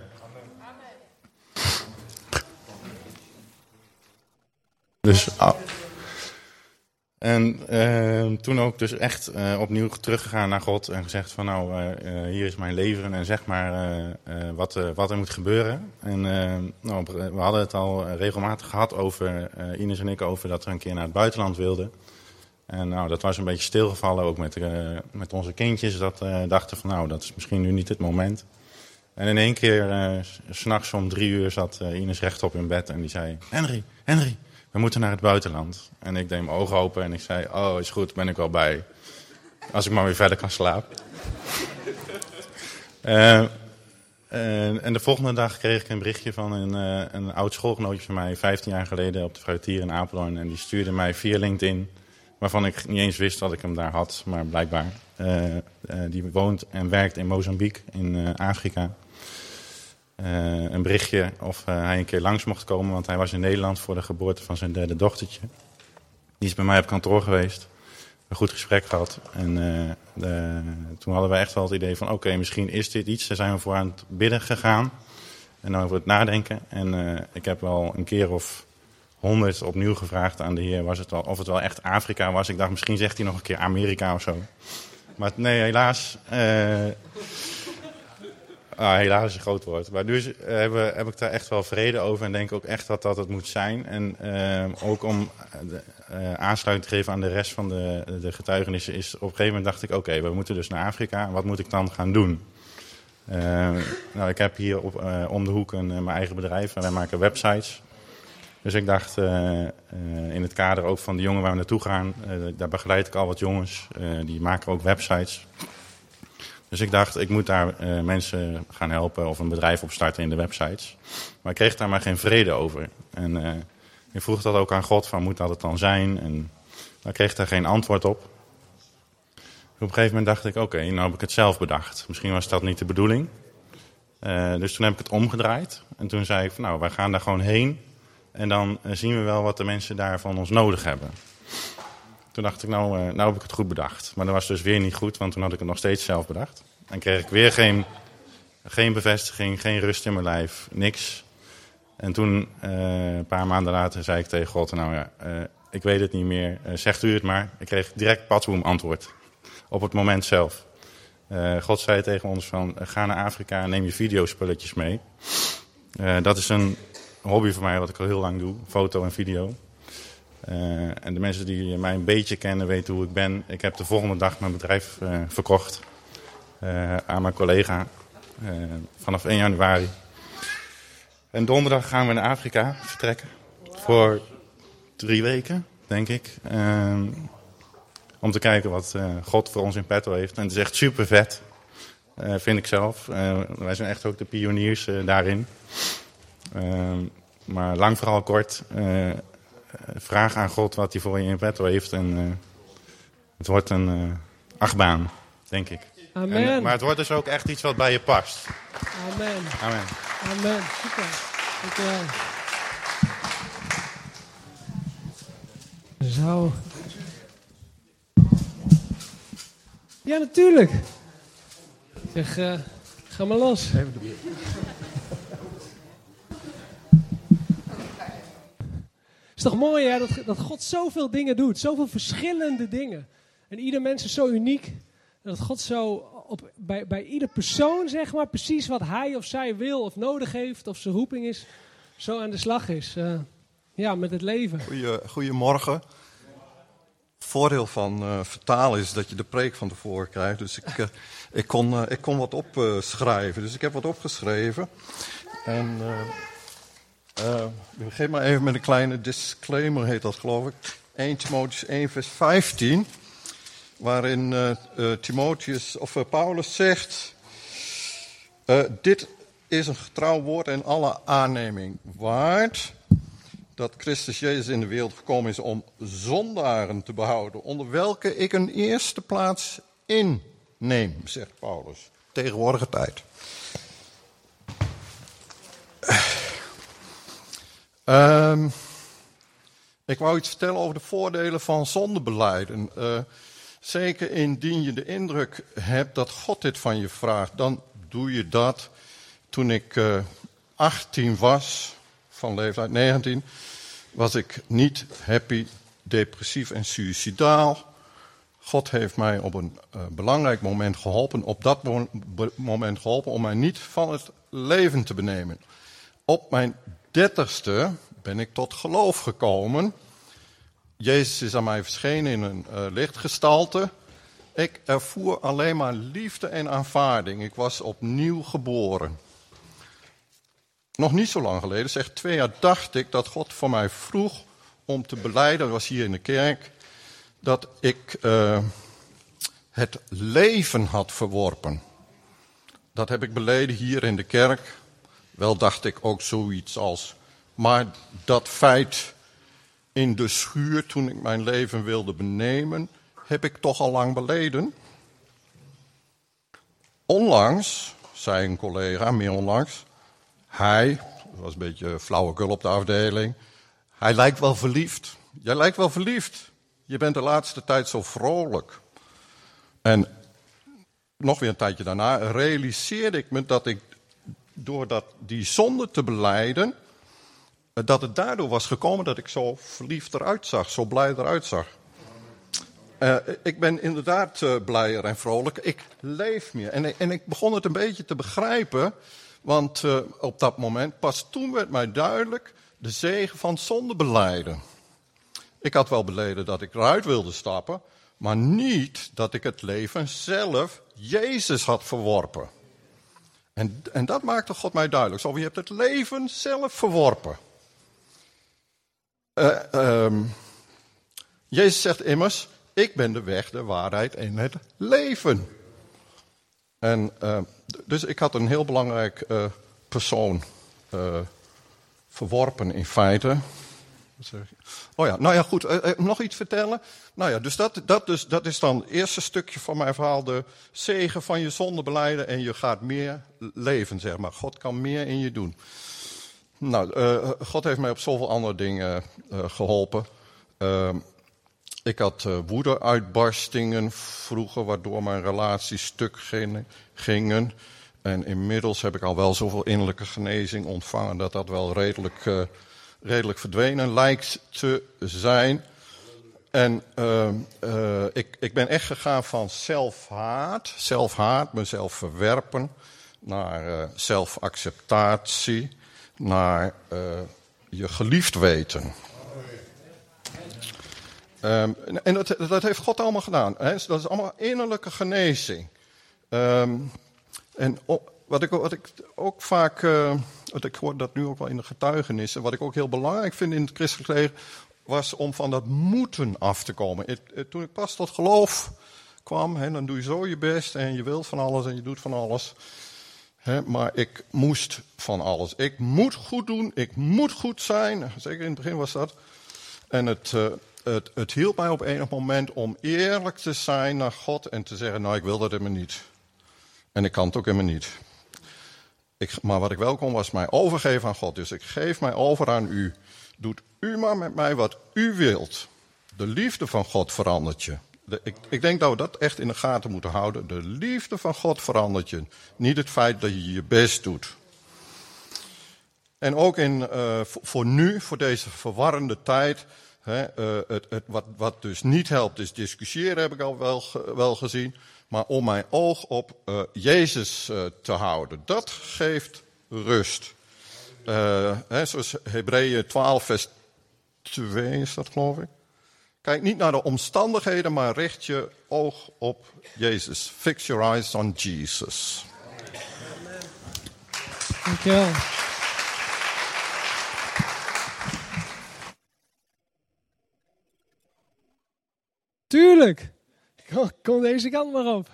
Dus, oh. En uh, toen ook dus echt uh, opnieuw teruggegaan naar God en gezegd van nou, uh, uh, hier is mijn leven en zeg maar uh, uh, wat, uh, wat er moet gebeuren. En uh, nou, we hadden het al regelmatig gehad over, uh, Ines en ik, over dat we een keer naar het buitenland wilden. En nou, dat was een beetje stilgevallen, ook met, uh, met onze kindjes, dat uh, dachten van nou, dat is misschien nu niet het moment. En in één keer, uh, 's nachts om drie uur, zat uh, Ines rechtop in bed en die zei, Henry, Henry, we moeten naar het buitenland. En ik deed mijn ogen open en ik zei, oh, is goed, ben ik wel bij. Als ik maar weer verder kan slapen. uh, uh, en de volgende dag kreeg ik een berichtje van een, uh, een oud schoolgenootje van mij, vijftien jaar geleden, op de fruitier in Apeldoorn. En die stuurde mij via LinkedIn, waarvan ik niet eens wist dat ik hem daar had, maar blijkbaar. Uh, uh, die woont en werkt in Mozambique, in uh, Afrika. Uh, een berichtje of uh, hij een keer langs mocht komen, want hij was in Nederland voor de geboorte van zijn derde dochtertje. Die is bij mij op kantoor geweest. een goed gesprek gehad. En uh, de, toen hadden we echt wel het idee van, oké, okay, misschien is dit iets. Daar zijn we voor aan het bidden gegaan. En over het nadenken. En uh, ik heb wel een keer of honderd opnieuw gevraagd aan de Heer was het wel, of het wel echt Afrika was. Ik dacht, misschien zegt hij nog een keer Amerika of zo. Maar nee, helaas... Uh, Ah, helaas is een groot woord. Maar nu is, uh, heb, heb ik daar echt wel vrede over en denk ook echt dat dat het moet zijn. En uh, ook om de, uh, aansluiting te geven aan de rest van de, de getuigenissen is op een gegeven moment dacht ik, oké, okay, we moeten dus naar Afrika. Wat moet ik dan gaan doen? Uh, nou, ik heb hier op, uh, om de hoek een, uh, mijn eigen bedrijf en wij maken websites. Dus ik dacht, uh, uh, in het kader ook van de jongen waar we naartoe gaan, uh, daar begeleid ik al wat jongens. Uh, die maken ook websites. Dus ik dacht, ik moet daar uh, mensen gaan helpen of een bedrijf opstarten in de websites. Maar ik kreeg daar maar geen vrede over. En uh, ik vroeg dat ook aan God, van moet dat het dan zijn? En daar kreeg ik daar geen antwoord op. Op een gegeven moment dacht ik, oké, okay, nou heb ik het zelf bedacht. Misschien was dat niet de bedoeling. Uh, dus toen heb ik het omgedraaid. En toen zei ik, van, nou, wij gaan daar gewoon heen. En dan uh, zien we wel wat de mensen daar van ons nodig hebben. Toen dacht ik, nou, uh, nou heb ik het goed bedacht. Maar dat was dus weer niet goed, want toen had ik het nog steeds zelf bedacht. En kreeg ik weer geen, geen bevestiging, geen rust in mijn lijf, niks. En toen, uh, een paar maanden later, zei ik tegen God, nou ja, uh, ik weet het niet meer, uh, zegt u het maar. Ik kreeg direct padboom antwoord, op het moment zelf. Uh, God zei tegen ons van, uh, ga naar Afrika en neem je videospulletjes mee. Uh, dat is een hobby voor mij, wat ik al heel lang doe, foto en video. Uh, en de mensen die mij een beetje kennen weten hoe ik ben. Ik heb de volgende dag mijn bedrijf uh, verkocht uh, aan mijn collega uh, vanaf één januari. En donderdag gaan we naar Afrika vertrekken voor drie weken, denk ik. Uh, om te kijken wat uh, God voor ons in petto heeft. En het is echt super vet, uh, vind ik zelf. Uh, wij zijn echt ook de pioniers uh, daarin. Uh, maar lang vooral kort... Uh, Vraag aan God wat hij voor je in petto heeft. En uh, het wordt een uh, achtbaan, denk ik. Amen. En, maar het wordt dus ook echt iets wat bij je past. Amen. Amen. Amen. Super. Dankjewel. Zo. Ja, natuurlijk. Zeg, uh, ga maar los. Het is toch mooi, hè, dat, dat God zoveel dingen doet. Zoveel verschillende dingen. En ieder mens is zo uniek. Dat God zo op, bij, bij ieder persoon, zeg maar, precies wat hij of zij wil of nodig heeft, of zijn roeping is, zo aan de slag is. Uh, ja, met het leven. Goeie, goedemorgen. Voordeel van uh, vertalen is dat je de preek van tevoren krijgt. Dus ik, uh, ik, kon, uh, ik kon wat opschrijven. Uh, dus ik heb wat opgeschreven. En... Uh, Uh, ik begin maar even met een kleine disclaimer, heet dat geloof ik. Eerste Timotheüs één vers vijftien. Waarin uh, uh, Timotheus, of uh, Paulus zegt... Uh, dit is een getrouw woord en alle aanneming waard... dat Christus Jezus in de wereld gekomen is om zondaren te behouden... onder welke ik een eerste plaats inneem, zegt Paulus. Tegenwoordige tijd. Um, ik wou iets vertellen over de voordelen van zondebelijden. Uh, zeker indien je de indruk hebt dat God dit van je vraagt, dan doe je dat. Toen ik uh, achttien was, van leeftijd negentien, was ik niet happy, depressief en suïcidaal. God heeft mij op een uh, belangrijk moment geholpen, op dat mo- moment geholpen om mij niet van het leven te benemen. Op mijn dertigste ben ik tot geloof gekomen. Jezus is aan mij verschenen in een uh, lichtgestalte. Ik ervoer alleen maar liefde en aanvaarding. Ik was opnieuw geboren. Nog niet zo lang geleden, zeg twee jaar, dacht ik dat God voor mij vroeg om te belijden, dat was hier in de kerk, dat ik uh, het leven had verworpen. Dat heb ik beleden hier in de kerk. Wel dacht ik ook zoiets als, maar dat feit in de schuur toen ik mijn leven wilde benemen, heb ik toch al lang beleden. Onlangs, zei een collega, meer onlangs, hij, dat was een beetje flauwekul op de afdeling, hij lijkt wel verliefd. Jij lijkt wel verliefd. je bent de laatste tijd zo vrolijk. En nog weer een tijdje daarna realiseerde ik me dat ik, door dat, die zonde te belijden, dat het daardoor was gekomen dat ik zo verliefd eruit zag, zo blij eruit zag. Uh, ik ben inderdaad uh, blijer en vrolijk. Ik leef meer. En, en ik begon het een beetje te begrijpen, want uh, op dat moment, pas toen werd mij duidelijk de zegen van zonde belijden. Ik had wel beleden dat ik eruit wilde stappen, maar niet dat ik het leven zelf Jezus had verworpen. En, en dat maakte God mij duidelijk. Zo, je hebt het leven zelf verworpen. Uh, um, Jezus zegt immers, ik ben de weg, de waarheid en het leven. En uh, dus ik had een heel belangrijk uh, persoon uh, verworpen in feite. Oh ja, nou ja, goed. Uh, uh, nog iets vertellen? Nou ja, dus dat, dat, dus dat is dan het eerste stukje van mijn verhaal. De zegen van je zonde belijden en je gaat meer leven, zeg maar. God kan meer in je doen. Nou, uh, God heeft mij op zoveel andere dingen uh, geholpen. Uh, ik had uh, woede-uitbarstingen vroeger, waardoor mijn relaties stuk gingen. En inmiddels heb ik al wel zoveel innerlijke genezing ontvangen dat dat wel redelijk... Uh, redelijk verdwenen lijkt te zijn. En uh, uh, ik, ik ben echt gegaan van zelfhaat, zelfhaat, mezelf verwerpen, naar uh, zelfacceptatie, naar uh, je geliefd weten. Um, en dat, dat heeft God allemaal gedaan. Hè? Dat is allemaal innerlijke genezing. Um, en op, wat, ik, wat ik ook vaak... Uh, ik hoor dat nu ook wel in de getuigenissen. Wat ik ook heel belangrijk vind in het christelijk leven, was om van dat moeten af te komen. Het, het, toen ik pas tot geloof kwam, hè, dan doe je zo je best en je wilt van alles en je doet van alles. Hè, maar ik moest van alles. Ik moet goed doen, ik moet goed zijn. Zeker in het begin was dat. En het, uh, het, het hielp mij op enig moment om eerlijk te zijn naar God en te zeggen, nou ik wil dat helemaal niet. En ik kan het ook helemaal niet. Ik, maar wat ik wel kon was mij overgeven aan God. Dus ik geef mij over aan u. Doet u maar met mij wat u wilt. De liefde van God verandert je. De, ik, ik denk dat we dat echt in de gaten moeten houden. De liefde van God verandert je. Niet het feit dat je je best doet. En ook in, uh, voor, voor nu, voor deze verwarrende tijd. Hè, uh, het, het, wat, wat dus niet helpt is discussiëren, heb ik al wel, wel gezien. Maar om mijn oog op uh, Jezus uh, te houden, dat geeft rust. Uh, hè, zoals Hebreeën twaalf vers twee is dat, geloof ik. Kijk niet naar de omstandigheden, maar richt je oog op Jezus. Fix your eyes on Jesus. Dankjewel. Tuurlijk. Kom, kom deze kant maar op.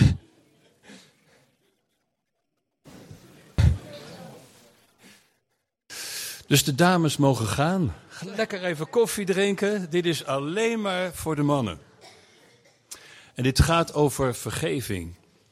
Dus de dames mogen gaan. Lekker even koffie drinken. Dit is alleen maar voor de mannen. En dit gaat over vergeving.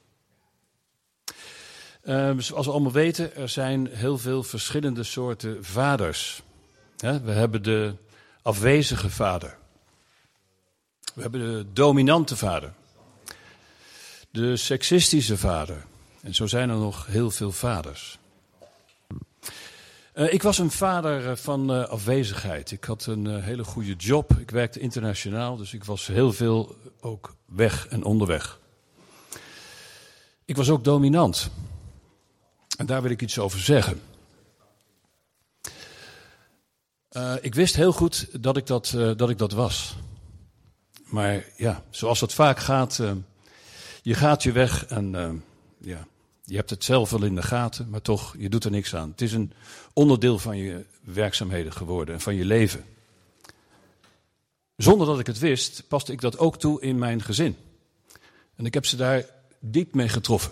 Uh, zoals we allemaal weten, er zijn heel veel verschillende soorten vaders. He, we hebben de afwezige vader. We hebben de dominante vader. De seksistische vader. En zo zijn er nog heel veel vaders. Uh, ik was een vader van uh, afwezigheid. Ik had een uh, hele goede job. Ik werkte internationaal, dus ik was heel veel ook weg en onderweg. Ik was ook dominant. En daar wil ik iets over zeggen. Uh, ik wist heel goed dat ik dat, uh, dat ik dat was. Maar ja, zoals het vaak gaat, uh, je gaat je weg en uh, ja, je hebt het zelf wel in de gaten, maar toch, je doet er niks aan. Het is een onderdeel van je werkzaamheden geworden en van je leven. Zonder dat ik het wist, paste ik dat ook toe in mijn gezin. En ik heb ze daar diep mee getroffen.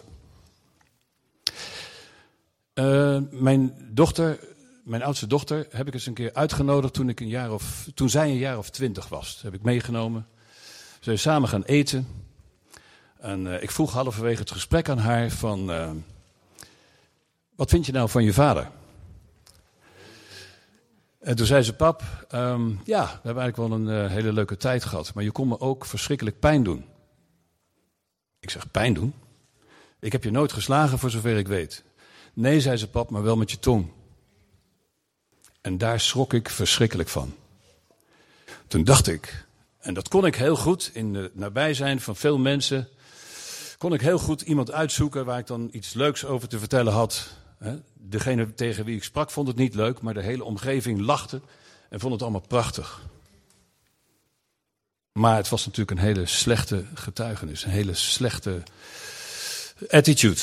Uh, mijn dochter, mijn oudste dochter, heb ik eens een keer uitgenodigd toen, ik een jaar of, toen zij een jaar of twintig was. Dat heb ik meegenomen. We zijn samen gaan eten. En uh, ik vroeg halverwege het gesprek aan haar van, uh, wat vind je nou van je vader? En toen zei ze, pap, um, ja, we hebben eigenlijk wel een uh, hele leuke tijd gehad. Maar je kon me ook verschrikkelijk pijn doen. Ik zeg, pijn doen? Ik heb je nooit geslagen voor zover ik weet. Nee, zei ze, pap, maar wel met je tong. En daar schrok ik verschrikkelijk van. Toen dacht ik, en dat kon ik heel goed in het nabijzijn van veel mensen, kon ik heel goed iemand uitzoeken waar ik dan iets leuks over te vertellen had. Degene tegen wie ik sprak vond het niet leuk, maar de hele omgeving lachte en vond het allemaal prachtig. Maar het was natuurlijk een hele slechte getuigenis, een hele slechte attitude.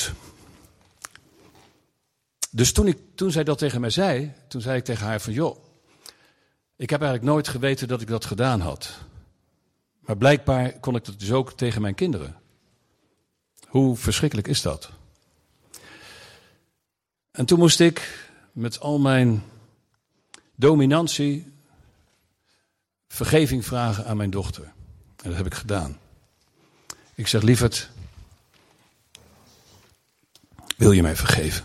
Dus toen, ik, toen zij dat tegen mij zei, toen zei ik tegen haar van, joh, ik heb eigenlijk nooit geweten dat ik dat gedaan had. Maar blijkbaar kon ik dat dus ook tegen mijn kinderen. Hoe verschrikkelijk is dat? En toen moest ik met al mijn dominantie vergeving vragen aan mijn dochter. En dat heb ik gedaan. Ik zeg, lieverd, wil je mij vergeven?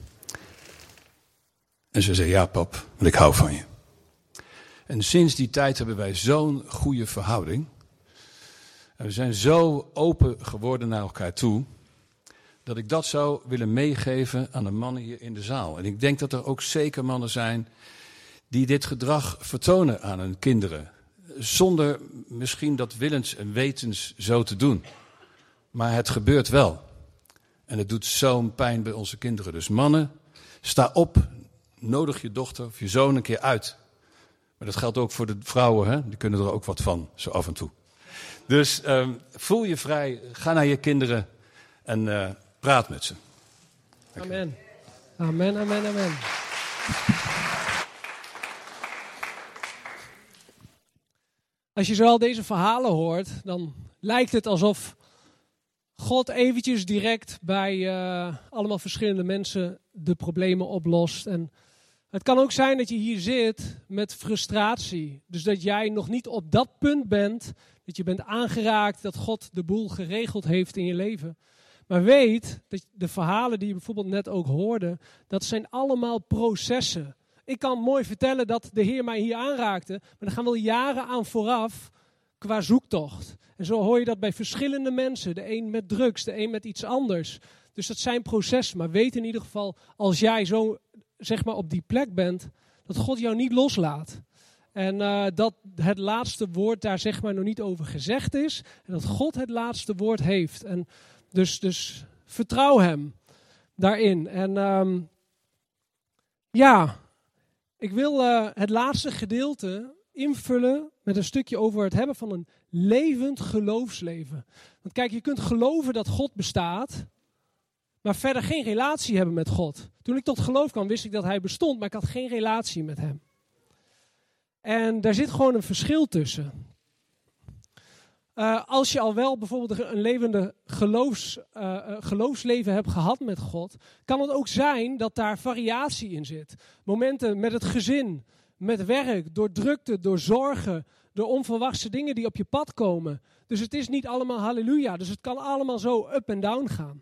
En ze zei, ja pap, want ik hou van je. En sinds die tijd hebben wij zo'n goede verhouding. En we zijn zo open geworden naar elkaar toe, dat ik dat zou willen meegeven aan de mannen hier in de zaal. En ik denk dat er ook zeker mannen zijn die dit gedrag vertonen aan hun kinderen. Zonder misschien dat willens en wetens zo te doen. Maar het gebeurt wel. En het doet zo'n pijn bij onze kinderen. Dus mannen, sta op, nodig je dochter of je zoon een keer uit. Maar dat geldt ook voor de vrouwen, hè? Die kunnen er ook wat van, zo af en toe. Dus um, voel je vrij, ga naar je kinderen en uh, praat met ze. Amen. Amen, amen, amen. Als je zo al deze verhalen hoort, dan lijkt het alsof God eventjes direct bij uh, allemaal verschillende mensen de problemen oplost. En het kan ook zijn dat je hier zit met frustratie. Dus dat jij nog niet op dat punt bent, dat je bent aangeraakt, dat God de boel geregeld heeft in je leven. Maar weet dat de verhalen die je bijvoorbeeld net ook hoorde, dat zijn allemaal processen. Ik kan mooi vertellen dat de Heer mij hier aanraakte, maar er gaan wel jaren aan vooraf qua zoektocht. En zo hoor je dat bij verschillende mensen. De een met drugs, de een met iets anders. Dus dat zijn processen. Maar weet in ieder geval, als jij zo zeg maar op die plek bent, dat God jou niet loslaat. En uh, dat het laatste woord daar zeg maar nog niet over gezegd is. En dat God het laatste woord heeft. En dus, dus vertrouw hem daarin. En um, ja, ik wil uh, het laatste gedeelte invullen met een stukje over het hebben van een levend geloofsleven. Want kijk, je kunt geloven dat God bestaat, maar verder geen relatie hebben met God. Toen ik tot geloof kwam, wist ik dat hij bestond, maar ik had geen relatie met hem. En daar zit gewoon een verschil tussen. Uh, als je al wel bijvoorbeeld een levende geloofs, uh, geloofsleven hebt gehad met God, kan het ook zijn dat daar variatie in zit. Momenten met het gezin, met werk, door drukte, door zorgen, door onverwachte dingen die op je pad komen. Dus het is niet allemaal halleluja. Dus het kan allemaal zo up en down gaan.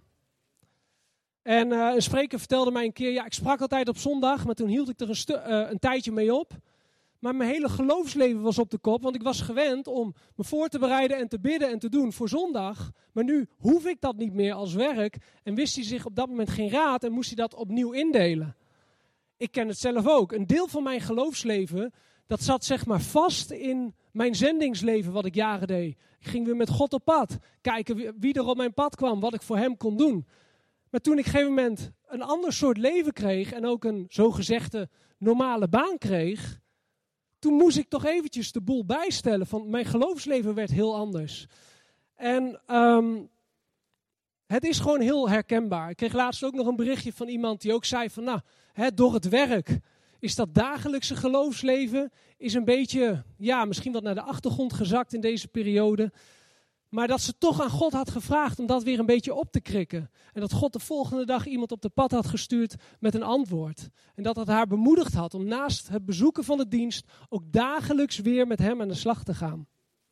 En uh, een spreker vertelde mij een keer, ja, ik sprak altijd op zondag, maar toen hield ik er een, stu- uh, een tijdje mee op. Maar mijn hele geloofsleven was op de kop, want ik was gewend om me voor te bereiden en te bidden en te doen voor zondag. Maar nu hoef ik dat niet meer als werk en wist hij zich op dat moment geen raad en moest hij dat opnieuw indelen. Ik ken het zelf ook. Een deel van mijn geloofsleven, dat zat zeg maar vast in mijn zendingsleven wat ik jaren deed. Ik ging weer met God op pad, kijken wie er op mijn pad kwam, wat ik voor hem kon doen. Maar toen ik op een gegeven moment een ander soort leven kreeg en ook een zogezegde normale baan kreeg, toen moest ik toch eventjes de boel bijstellen. Van mijn geloofsleven werd heel anders. En um, het is gewoon heel herkenbaar. Ik kreeg laatst ook nog een berichtje van iemand die ook zei van, nou, hè, door het werk is dat dagelijkse geloofsleven is een beetje, ja, misschien wat naar de achtergrond gezakt in deze periode. Maar dat ze toch aan God had gevraagd om dat weer een beetje op te krikken. En dat God de volgende dag iemand op de pad had gestuurd met een antwoord. En dat het haar bemoedigd had om naast het bezoeken van de dienst ook dagelijks weer met hem aan de slag te gaan.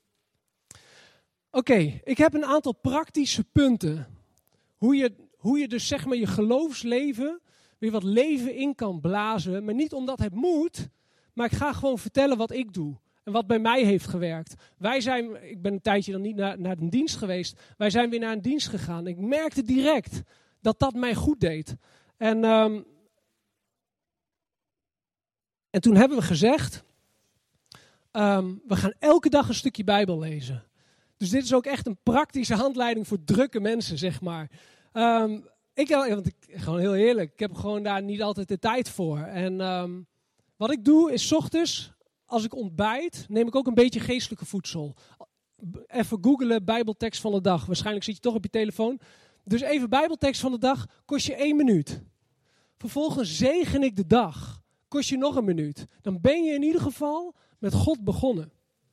Oké, okay, ik heb een aantal praktische punten. Hoe je, hoe je dus zeg maar je geloofsleven weer wat leven in kan blazen. Maar niet omdat het moet, Maar ik ga gewoon vertellen wat ik doe. En wat bij mij heeft gewerkt. Wij zijn, ik ben een tijdje dan niet naar, naar een dienst geweest. Wij zijn weer naar een dienst gegaan. Ik merkte direct dat dat mij goed deed. En, um, en toen hebben we gezegd, um, we gaan elke dag een stukje Bijbel lezen. Dus dit is ook echt een praktische handleiding voor drukke mensen, zeg maar. Um, ik, want ik, gewoon heel eerlijk, ik heb gewoon daar niet altijd de tijd voor. En um, wat ik doe is 's ochtends, als ik ontbijt, neem ik ook een beetje geestelijke voedsel. Even googlen, Bijbeltekst van de dag. Waarschijnlijk zit je toch op je telefoon. Dus even Bijbeltekst van de dag, kost je één minuut. Vervolgens zegen ik de dag, kost je nog een minuut. Dan ben je in ieder geval met God begonnen.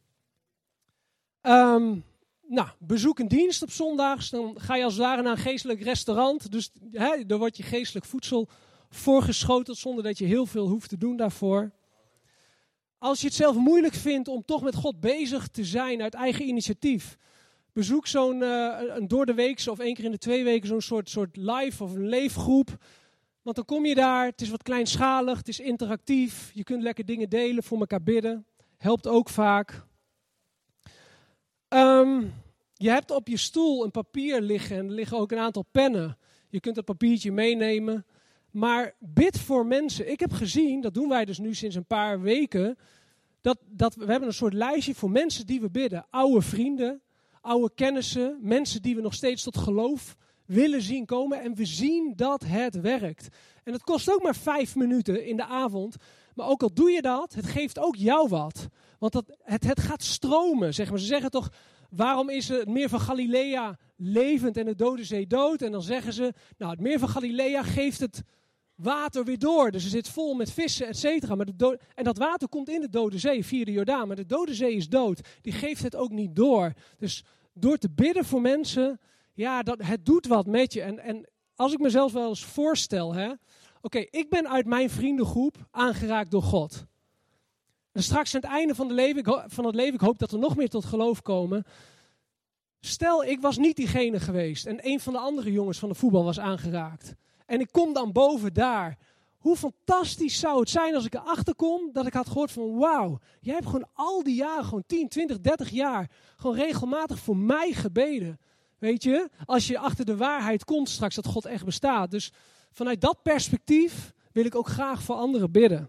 Um, nou, bezoek een dienst op zondags. Dan ga je als het ware naar een geestelijk restaurant. Dus hè, daar wordt je geestelijk voedsel voorgeschoteld zonder dat je heel veel hoeft te doen daarvoor. Als je het zelf moeilijk vindt om toch met God bezig te zijn uit eigen initiatief, bezoek zo'n uh, een door de weekse of één keer in de twee weken zo'n soort, soort live of een leefgroep. Want dan kom je daar, het is wat kleinschalig, het is interactief. Je kunt lekker dingen delen, voor elkaar bidden. Helpt ook vaak. Um, je hebt op je stoel een papier liggen en er liggen ook een aantal pennen. Je kunt dat papiertje meenemen. Maar bid voor mensen. Ik heb gezien, dat doen wij dus nu sinds een paar weken, dat, dat we hebben een soort lijstje voor mensen die we bidden. Oude vrienden, oude kennissen, mensen die we nog steeds tot geloof willen zien komen. En we zien dat het werkt. En het kost ook maar vijf minuten in de avond. Maar ook al doe je dat, het geeft ook jou wat. Want dat, het, het gaat stromen, zeg maar. Ze zeggen toch, waarom is het meer van Galilea levend en de Dode Zee dood? En dan zeggen ze, nou, het meer van Galilea geeft het water weer door. Dus er zit vol met vissen, et cetera. Maar de do- en dat water komt in de Dode Zee, via de Jordaan. Maar de Dode Zee is dood. Die geeft het ook niet door. Dus door te bidden voor mensen, ja, dat, het doet wat met je. En, en als ik mezelf wel eens voorstel, hè. Oké, okay, ik ben uit mijn vriendengroep aangeraakt door God. En straks aan het einde van, de leven, ik ho- van het leven, ik hoop dat er nog meer tot geloof komen. Stel, ik was niet diegene geweest en een van de andere jongens van de voetbal was aangeraakt. En ik kom dan boven daar. Hoe fantastisch zou het zijn als ik erachter kom dat ik had gehoord van wauw, jij hebt gewoon al die jaren, gewoon tien, twintig, dertig jaar, gewoon regelmatig voor mij gebeden. Weet je, als je achter de waarheid komt straks dat God echt bestaat. Dus vanuit dat perspectief wil ik ook graag voor anderen bidden.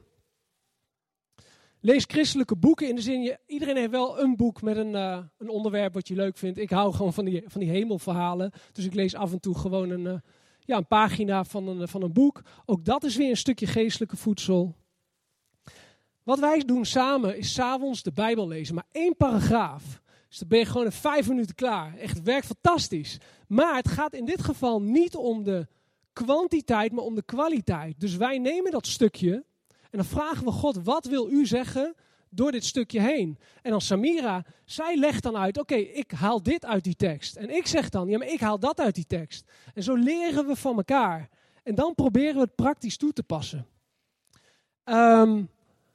Lees christelijke boeken in de zin, je, iedereen heeft wel een boek met een, uh, een onderwerp wat je leuk vindt. Ik hou gewoon van die, van die hemelverhalen, dus ik lees af en toe gewoon een, uh, ja, een pagina van een, van een boek. Ook dat is weer een stukje geestelijke voedsel. Wat wij doen samen is 's avonds de Bijbel lezen, maar één paragraaf. Dus dan ben je gewoon in vijf minuten klaar. Echt, het werkt fantastisch. Maar het gaat in dit geval niet om de kwantiteit, maar om de kwaliteit. Dus wij nemen dat stukje en dan vragen we God, wat wil u zeggen door dit stukje heen? En dan Samira, zij legt dan uit, oké, okay, ik haal dit uit die tekst. En ik zeg dan, ja, maar ik haal dat uit die tekst. En zo leren we van elkaar. En dan proberen we het praktisch toe te passen. Um,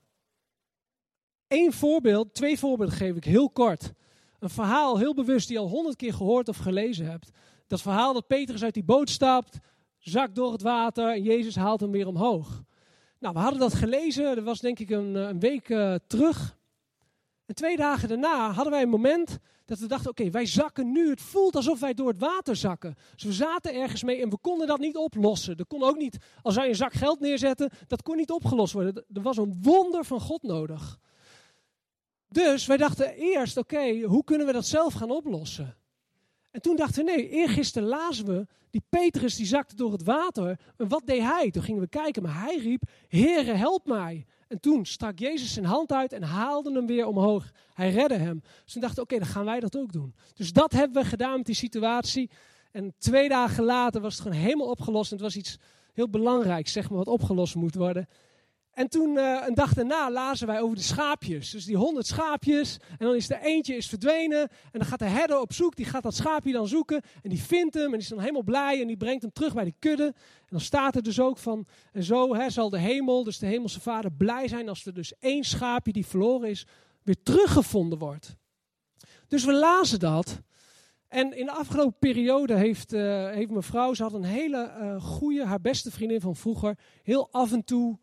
Eén voorbeeld, twee voorbeelden geef ik heel kort. Een verhaal, heel bewust, die je al honderd keer gehoord of gelezen hebt. Dat verhaal dat Petrus uit die boot stapt, zakt door het water en Jezus haalt hem weer omhoog. Nou, we hadden dat gelezen, dat was denk ik een, een week uh, terug. En twee dagen daarna hadden wij een moment dat we dachten, oké, okay, wij zakken nu. Het voelt alsof wij door het water zakken. Dus we zaten ergens mee en we konden dat niet oplossen. Er kon ook niet, als wij een zak geld neerzetten, dat kon niet opgelost worden. Er was een wonder van God nodig. Dus wij dachten eerst, oké, okay, hoe kunnen we dat zelf gaan oplossen? En toen dachten we, nee, eergisteren lazen we, die Petrus die zakte door het water. En wat deed hij? Toen gingen we kijken, maar hij riep, Heere, help mij. En toen stak Jezus zijn hand uit en haalde hem weer omhoog. Hij redde hem. Dus toen dachten we, oké, okay, dan gaan wij dat ook doen. Dus dat hebben we gedaan met die situatie. En twee dagen later was het gewoon helemaal opgelost. En het was iets heel belangrijks, zeg maar, wat opgelost moet worden. En toen, uh, een dag daarna, lazen wij over de schaapjes. Dus die honderd schaapjes. En dan is er eentje is verdwenen. En dan gaat de herder op zoek. Die gaat dat schaapje dan zoeken. En die vindt hem. En die is dan helemaal blij. En die brengt hem terug bij die kudde. En dan staat er dus ook van. En zo hè, zal de hemel, dus de hemelse vader, blij zijn als er dus één schaapje die verloren is, weer teruggevonden wordt. Dus we lazen dat. En in de afgelopen periode heeft, uh, heeft mevrouw, ze had een hele uh, goede, haar beste vriendin van vroeger, heel af en toe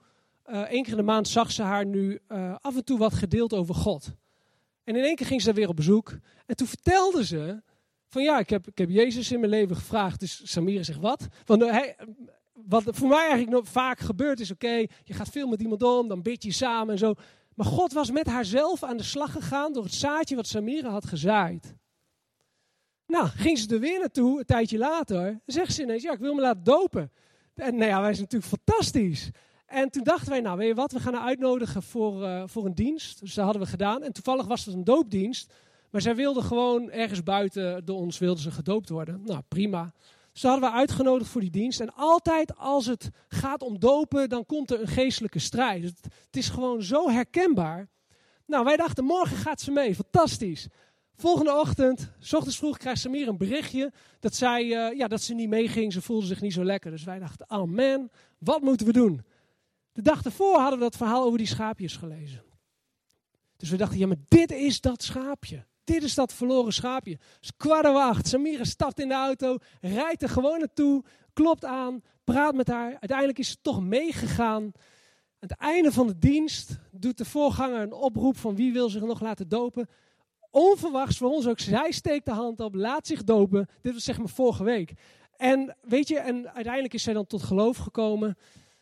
uh, één keer in de maand zag ze haar nu uh, af en toe wat gedeeld over God. En in één keer ging ze daar weer op bezoek. En toen vertelde ze van ja, ik heb, ik heb Jezus in mijn leven gevraagd. Dus Samira zegt wat? Want uh, hij, wat voor mij eigenlijk nog vaak gebeurt is, oké, okay, je gaat veel met iemand om, dan bid je samen en zo. Maar God was met haarzelf aan de slag gegaan door het zaadje wat Samira had gezaaid. Nou, ging ze er weer naartoe, een tijdje later. Dan zegt ze ineens, ja, ik wil me laten dopen. En nou ja, wij zijn natuurlijk fantastisch. En toen dachten wij, nou weet je wat, we gaan haar uitnodigen voor, uh, voor een dienst. Dus dat hadden we gedaan. En toevallig was het een doopdienst. Maar zij wilde gewoon ergens buiten door ons wilde ze gedoopt worden. Nou, prima. Dus dat hadden we uitgenodigd voor die dienst. En altijd als het gaat om dopen, dan komt er een geestelijke strijd. Het, het is gewoon zo herkenbaar. Nou, wij dachten, morgen gaat ze mee. Fantastisch. Volgende ochtend, 's ochtends vroeg, krijgt Samir een berichtje dat, zij, uh, ja, dat ze niet meeging. Ze voelde zich niet zo lekker. Dus wij dachten, oh man, wat moeten we doen? De dag ervoor hadden we dat verhaal over die schaapjes gelezen. Dus we dachten, ja, maar dit is dat schaapje. Dit is dat verloren schaapje. Dus kwart over acht, Samira stapt in de auto, rijdt er gewoon naartoe, klopt aan, praat met haar. Uiteindelijk is ze toch meegegaan. Aan het einde van de dienst doet de voorganger een oproep van wie wil zich nog laten dopen. Onverwachts voor ons ook, zij steekt de hand op, laat zich dopen. Dit was zeg maar vorige week. En weet je, en uiteindelijk is zij dan tot geloof gekomen.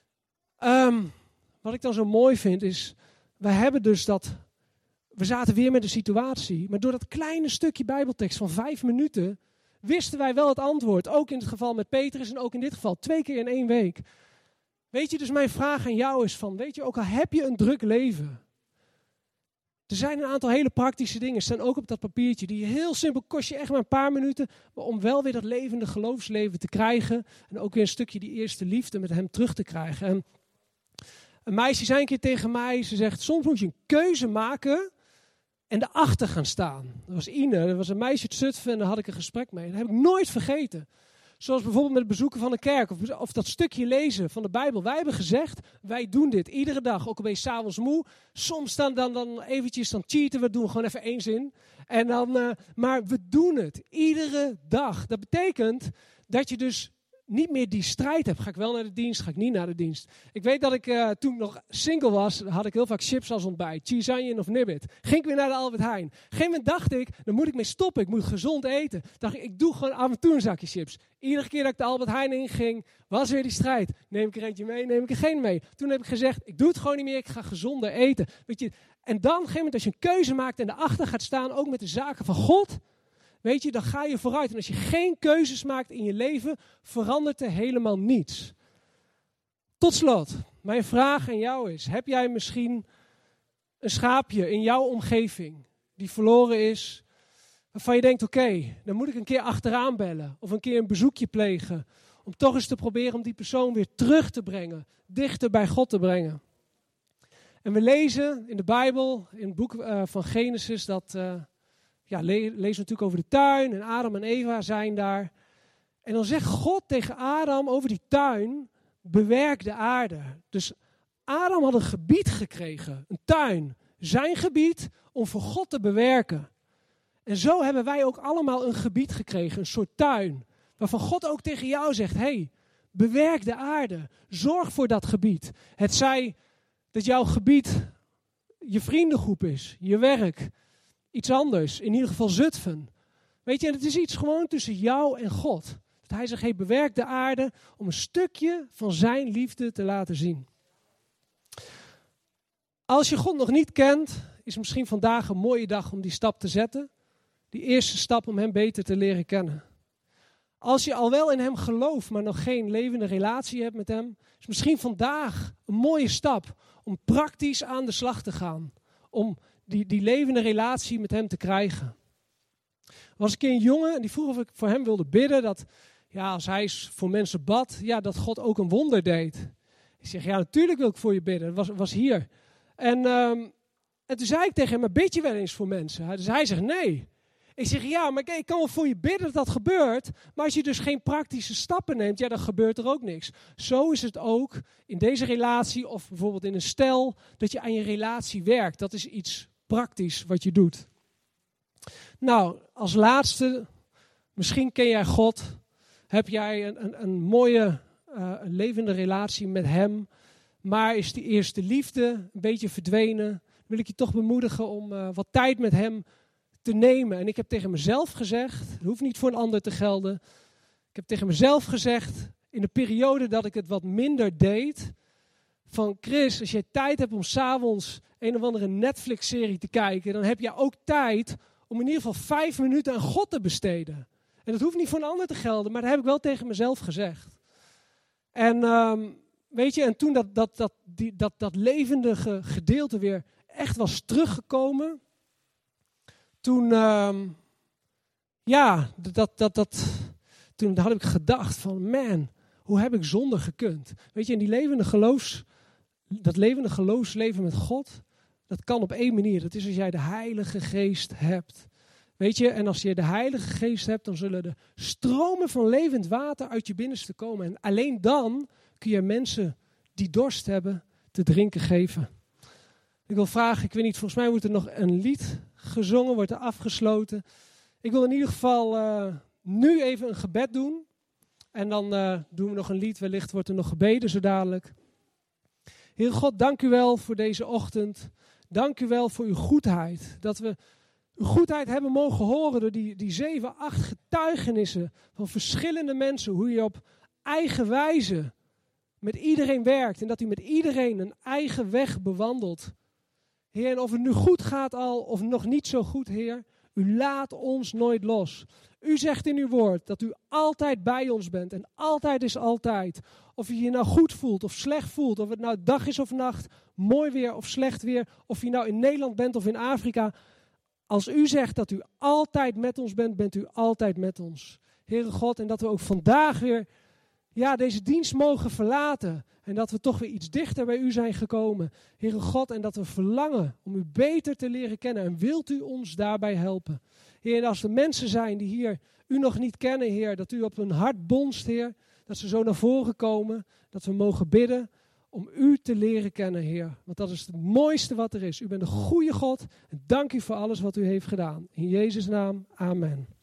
Um, wat ik dan zo mooi vind is, we hebben dus dat, we zaten weer met de situatie. Maar door dat kleine stukje bijbeltekst van vijf minuten, wisten wij wel het antwoord. Ook in het geval met Petrus en ook in dit geval twee keer in één week. Weet je, dus mijn vraag aan jou is van, weet je, ook al heb je een druk leven. Er zijn een aantal hele praktische dingen, staan ook op dat papiertje, die heel simpel, kost je echt maar een paar minuten, maar om wel weer dat levende geloofsleven te krijgen en ook weer een stukje die eerste liefde met hem terug te krijgen. En een meisje zei een keer tegen mij, ze zegt, soms moet je een keuze maken en erachter gaan staan. Dat was Ine, dat was een meisje uit Zutphen en daar had ik een gesprek mee. Dat heb ik nooit vergeten. Zoals bijvoorbeeld met het bezoeken van een kerk of, of dat stukje lezen van de Bijbel. Wij hebben gezegd, wij doen dit iedere dag. Ook al ben je 's avonds moe. Soms dan, dan, dan eventjes dan cheaten we, doen gewoon even één zin. En dan, uh, maar we doen het iedere dag. Dat betekent dat je dus niet meer die strijd hebt. Ga ik wel naar de dienst, ga ik niet naar de dienst. Ik weet dat ik uh, toen ik nog single was, had ik heel vaak chips als ontbijt. Cheese onion of nibbit. Ging ik weer naar de Albert Heijn. Op een gegeven moment dacht ik, daar moet ik mee stoppen. Ik moet gezond eten. Dacht ik, ik doe gewoon af en toe een zakje chips. Iedere keer dat ik de Albert Heijn inging, was weer die strijd. Neem ik er eentje mee, neem ik er geen mee. Toen heb ik gezegd, ik doe het gewoon niet meer, ik ga gezonder eten. Weet je? En dan op een gegeven moment als je een keuze maakt en erachter gaat staan, ook met de zaken van God, weet je, dan ga je vooruit. En als je geen keuzes maakt in je leven, verandert er helemaal niets. Tot slot, mijn vraag aan jou is, heb jij misschien een schaapje in jouw omgeving die verloren is, waarvan je denkt, oké, okay, dan moet ik een keer achteraan bellen of een keer een bezoekje plegen, om toch eens te proberen om die persoon weer terug te brengen, dichter bij God te brengen. En we lezen in de Bijbel, in het boek uh, van Genesis, dat Uh, Ja, le- lezen we natuurlijk over de tuin en Adam en Eva zijn daar. En dan zegt God tegen Adam over die tuin, bewerk de aarde. Dus Adam had een gebied gekregen, een tuin, zijn gebied om voor God te bewerken. En zo hebben wij ook allemaal een gebied gekregen, een soort tuin, waarvan God ook tegen jou zegt, hey, bewerk de aarde, zorg voor dat gebied. Het zij dat jouw gebied je vriendengroep is, je werk, iets anders, in ieder geval Zutphen. Weet je, en het is iets gewoon tussen jou en God. Dat hij zegt, hey, bewerk de aarde om een stukje van zijn liefde te laten zien. Als je God nog niet kent, is misschien vandaag een mooie dag om die stap te zetten. Die eerste stap om hem beter te leren kennen. Als je al wel in hem gelooft, maar nog geen levende relatie hebt met hem, is misschien vandaag een mooie stap om praktisch aan de slag te gaan. Om Die, die levende relatie met hem te krijgen. Er was een keer een jongen en die vroeg of ik voor hem wilde bidden. Dat ja, als hij voor mensen bad, ja, dat God ook een wonder deed. Ik zeg, ja, natuurlijk wil ik voor je bidden. Dat was, was hier. En, um, en toen zei ik tegen hem, maar bid je wel eens voor mensen? Dus hij zegt, nee. Ik zeg, ja, maar ik kan wel voor je bidden dat dat gebeurt. Maar als je dus geen praktische stappen neemt, ja, dan gebeurt er ook niks. Zo is het ook in deze relatie of bijvoorbeeld in een stel, dat je aan je relatie werkt. Dat is iets praktisch wat je doet. Nou, als laatste, misschien ken jij God. Heb jij een, een, een mooie, uh, een levende relatie met hem. Maar is die eerste liefde een beetje verdwenen, dan wil ik je toch bemoedigen om uh, wat tijd met hem te nemen. En ik heb tegen mezelf gezegd, het hoeft niet voor een ander te gelden. Ik heb tegen mezelf gezegd, in de periode dat ik het wat minder deed, van Chris, als jij tijd hebt om 's avonds een of andere Netflix-serie te kijken, dan heb je ook tijd om in ieder geval vijf minuten aan God te besteden. En dat hoeft niet voor een ander te gelden, maar dat heb ik wel tegen mezelf gezegd. En um, weet je, en toen dat, dat, dat, die, dat, dat levendige gedeelte weer echt was teruggekomen, toen, um, ja, dat, dat, dat, toen had ik gedacht van, man, hoe heb ik zonder gekund? Weet je, en die levende geloofs, dat levende geloofsleven met God, dat kan op één manier. Dat is als jij de Heilige Geest hebt. Weet je, en als je de Heilige Geest hebt, dan zullen er stromen van levend water uit je binnenste komen. En alleen dan kun je mensen die dorst hebben te drinken geven. Ik wil vragen, ik weet niet, volgens mij wordt er nog een lied gezongen, wordt er afgesloten. Ik wil in ieder geval uh, nu even een gebed doen. En dan uh, doen we nog een lied, wellicht wordt er nog gebeden zo dadelijk. Heer God, dank u wel voor deze ochtend. Dank u wel voor uw goedheid. Dat we uw goedheid hebben mogen horen door die, die zeven, acht getuigenissen van verschillende mensen. Hoe je op eigen wijze met iedereen werkt. En dat u met iedereen een eigen weg bewandelt. Heer, en of het nu goed gaat al of nog niet zo goed, Heer. U laat ons nooit los. U zegt in uw woord dat u altijd bij ons bent. En altijd is altijd. Of je je nou goed voelt of slecht voelt. Of het nou dag is of nacht. Mooi weer of slecht weer. Of je nou in Nederland bent of in Afrika. Als u zegt dat u altijd met ons bent, bent u altijd met ons. Heere God, en dat we ook vandaag weer ja, deze dienst mogen verlaten. En dat we toch weer iets dichter bij u zijn gekomen. Heere God, en dat we verlangen om u beter te leren kennen. En wilt u ons daarbij helpen. Heer, en als er mensen zijn die hier u nog niet kennen, Heer, dat u op hun hart bonst, Heer. Dat ze zo naar voren komen. Dat we mogen bidden om u te leren kennen, Heer. Want dat is het mooiste wat er is. U bent een goede God. En dank u voor alles wat u heeft gedaan. In Jezus' naam, amen.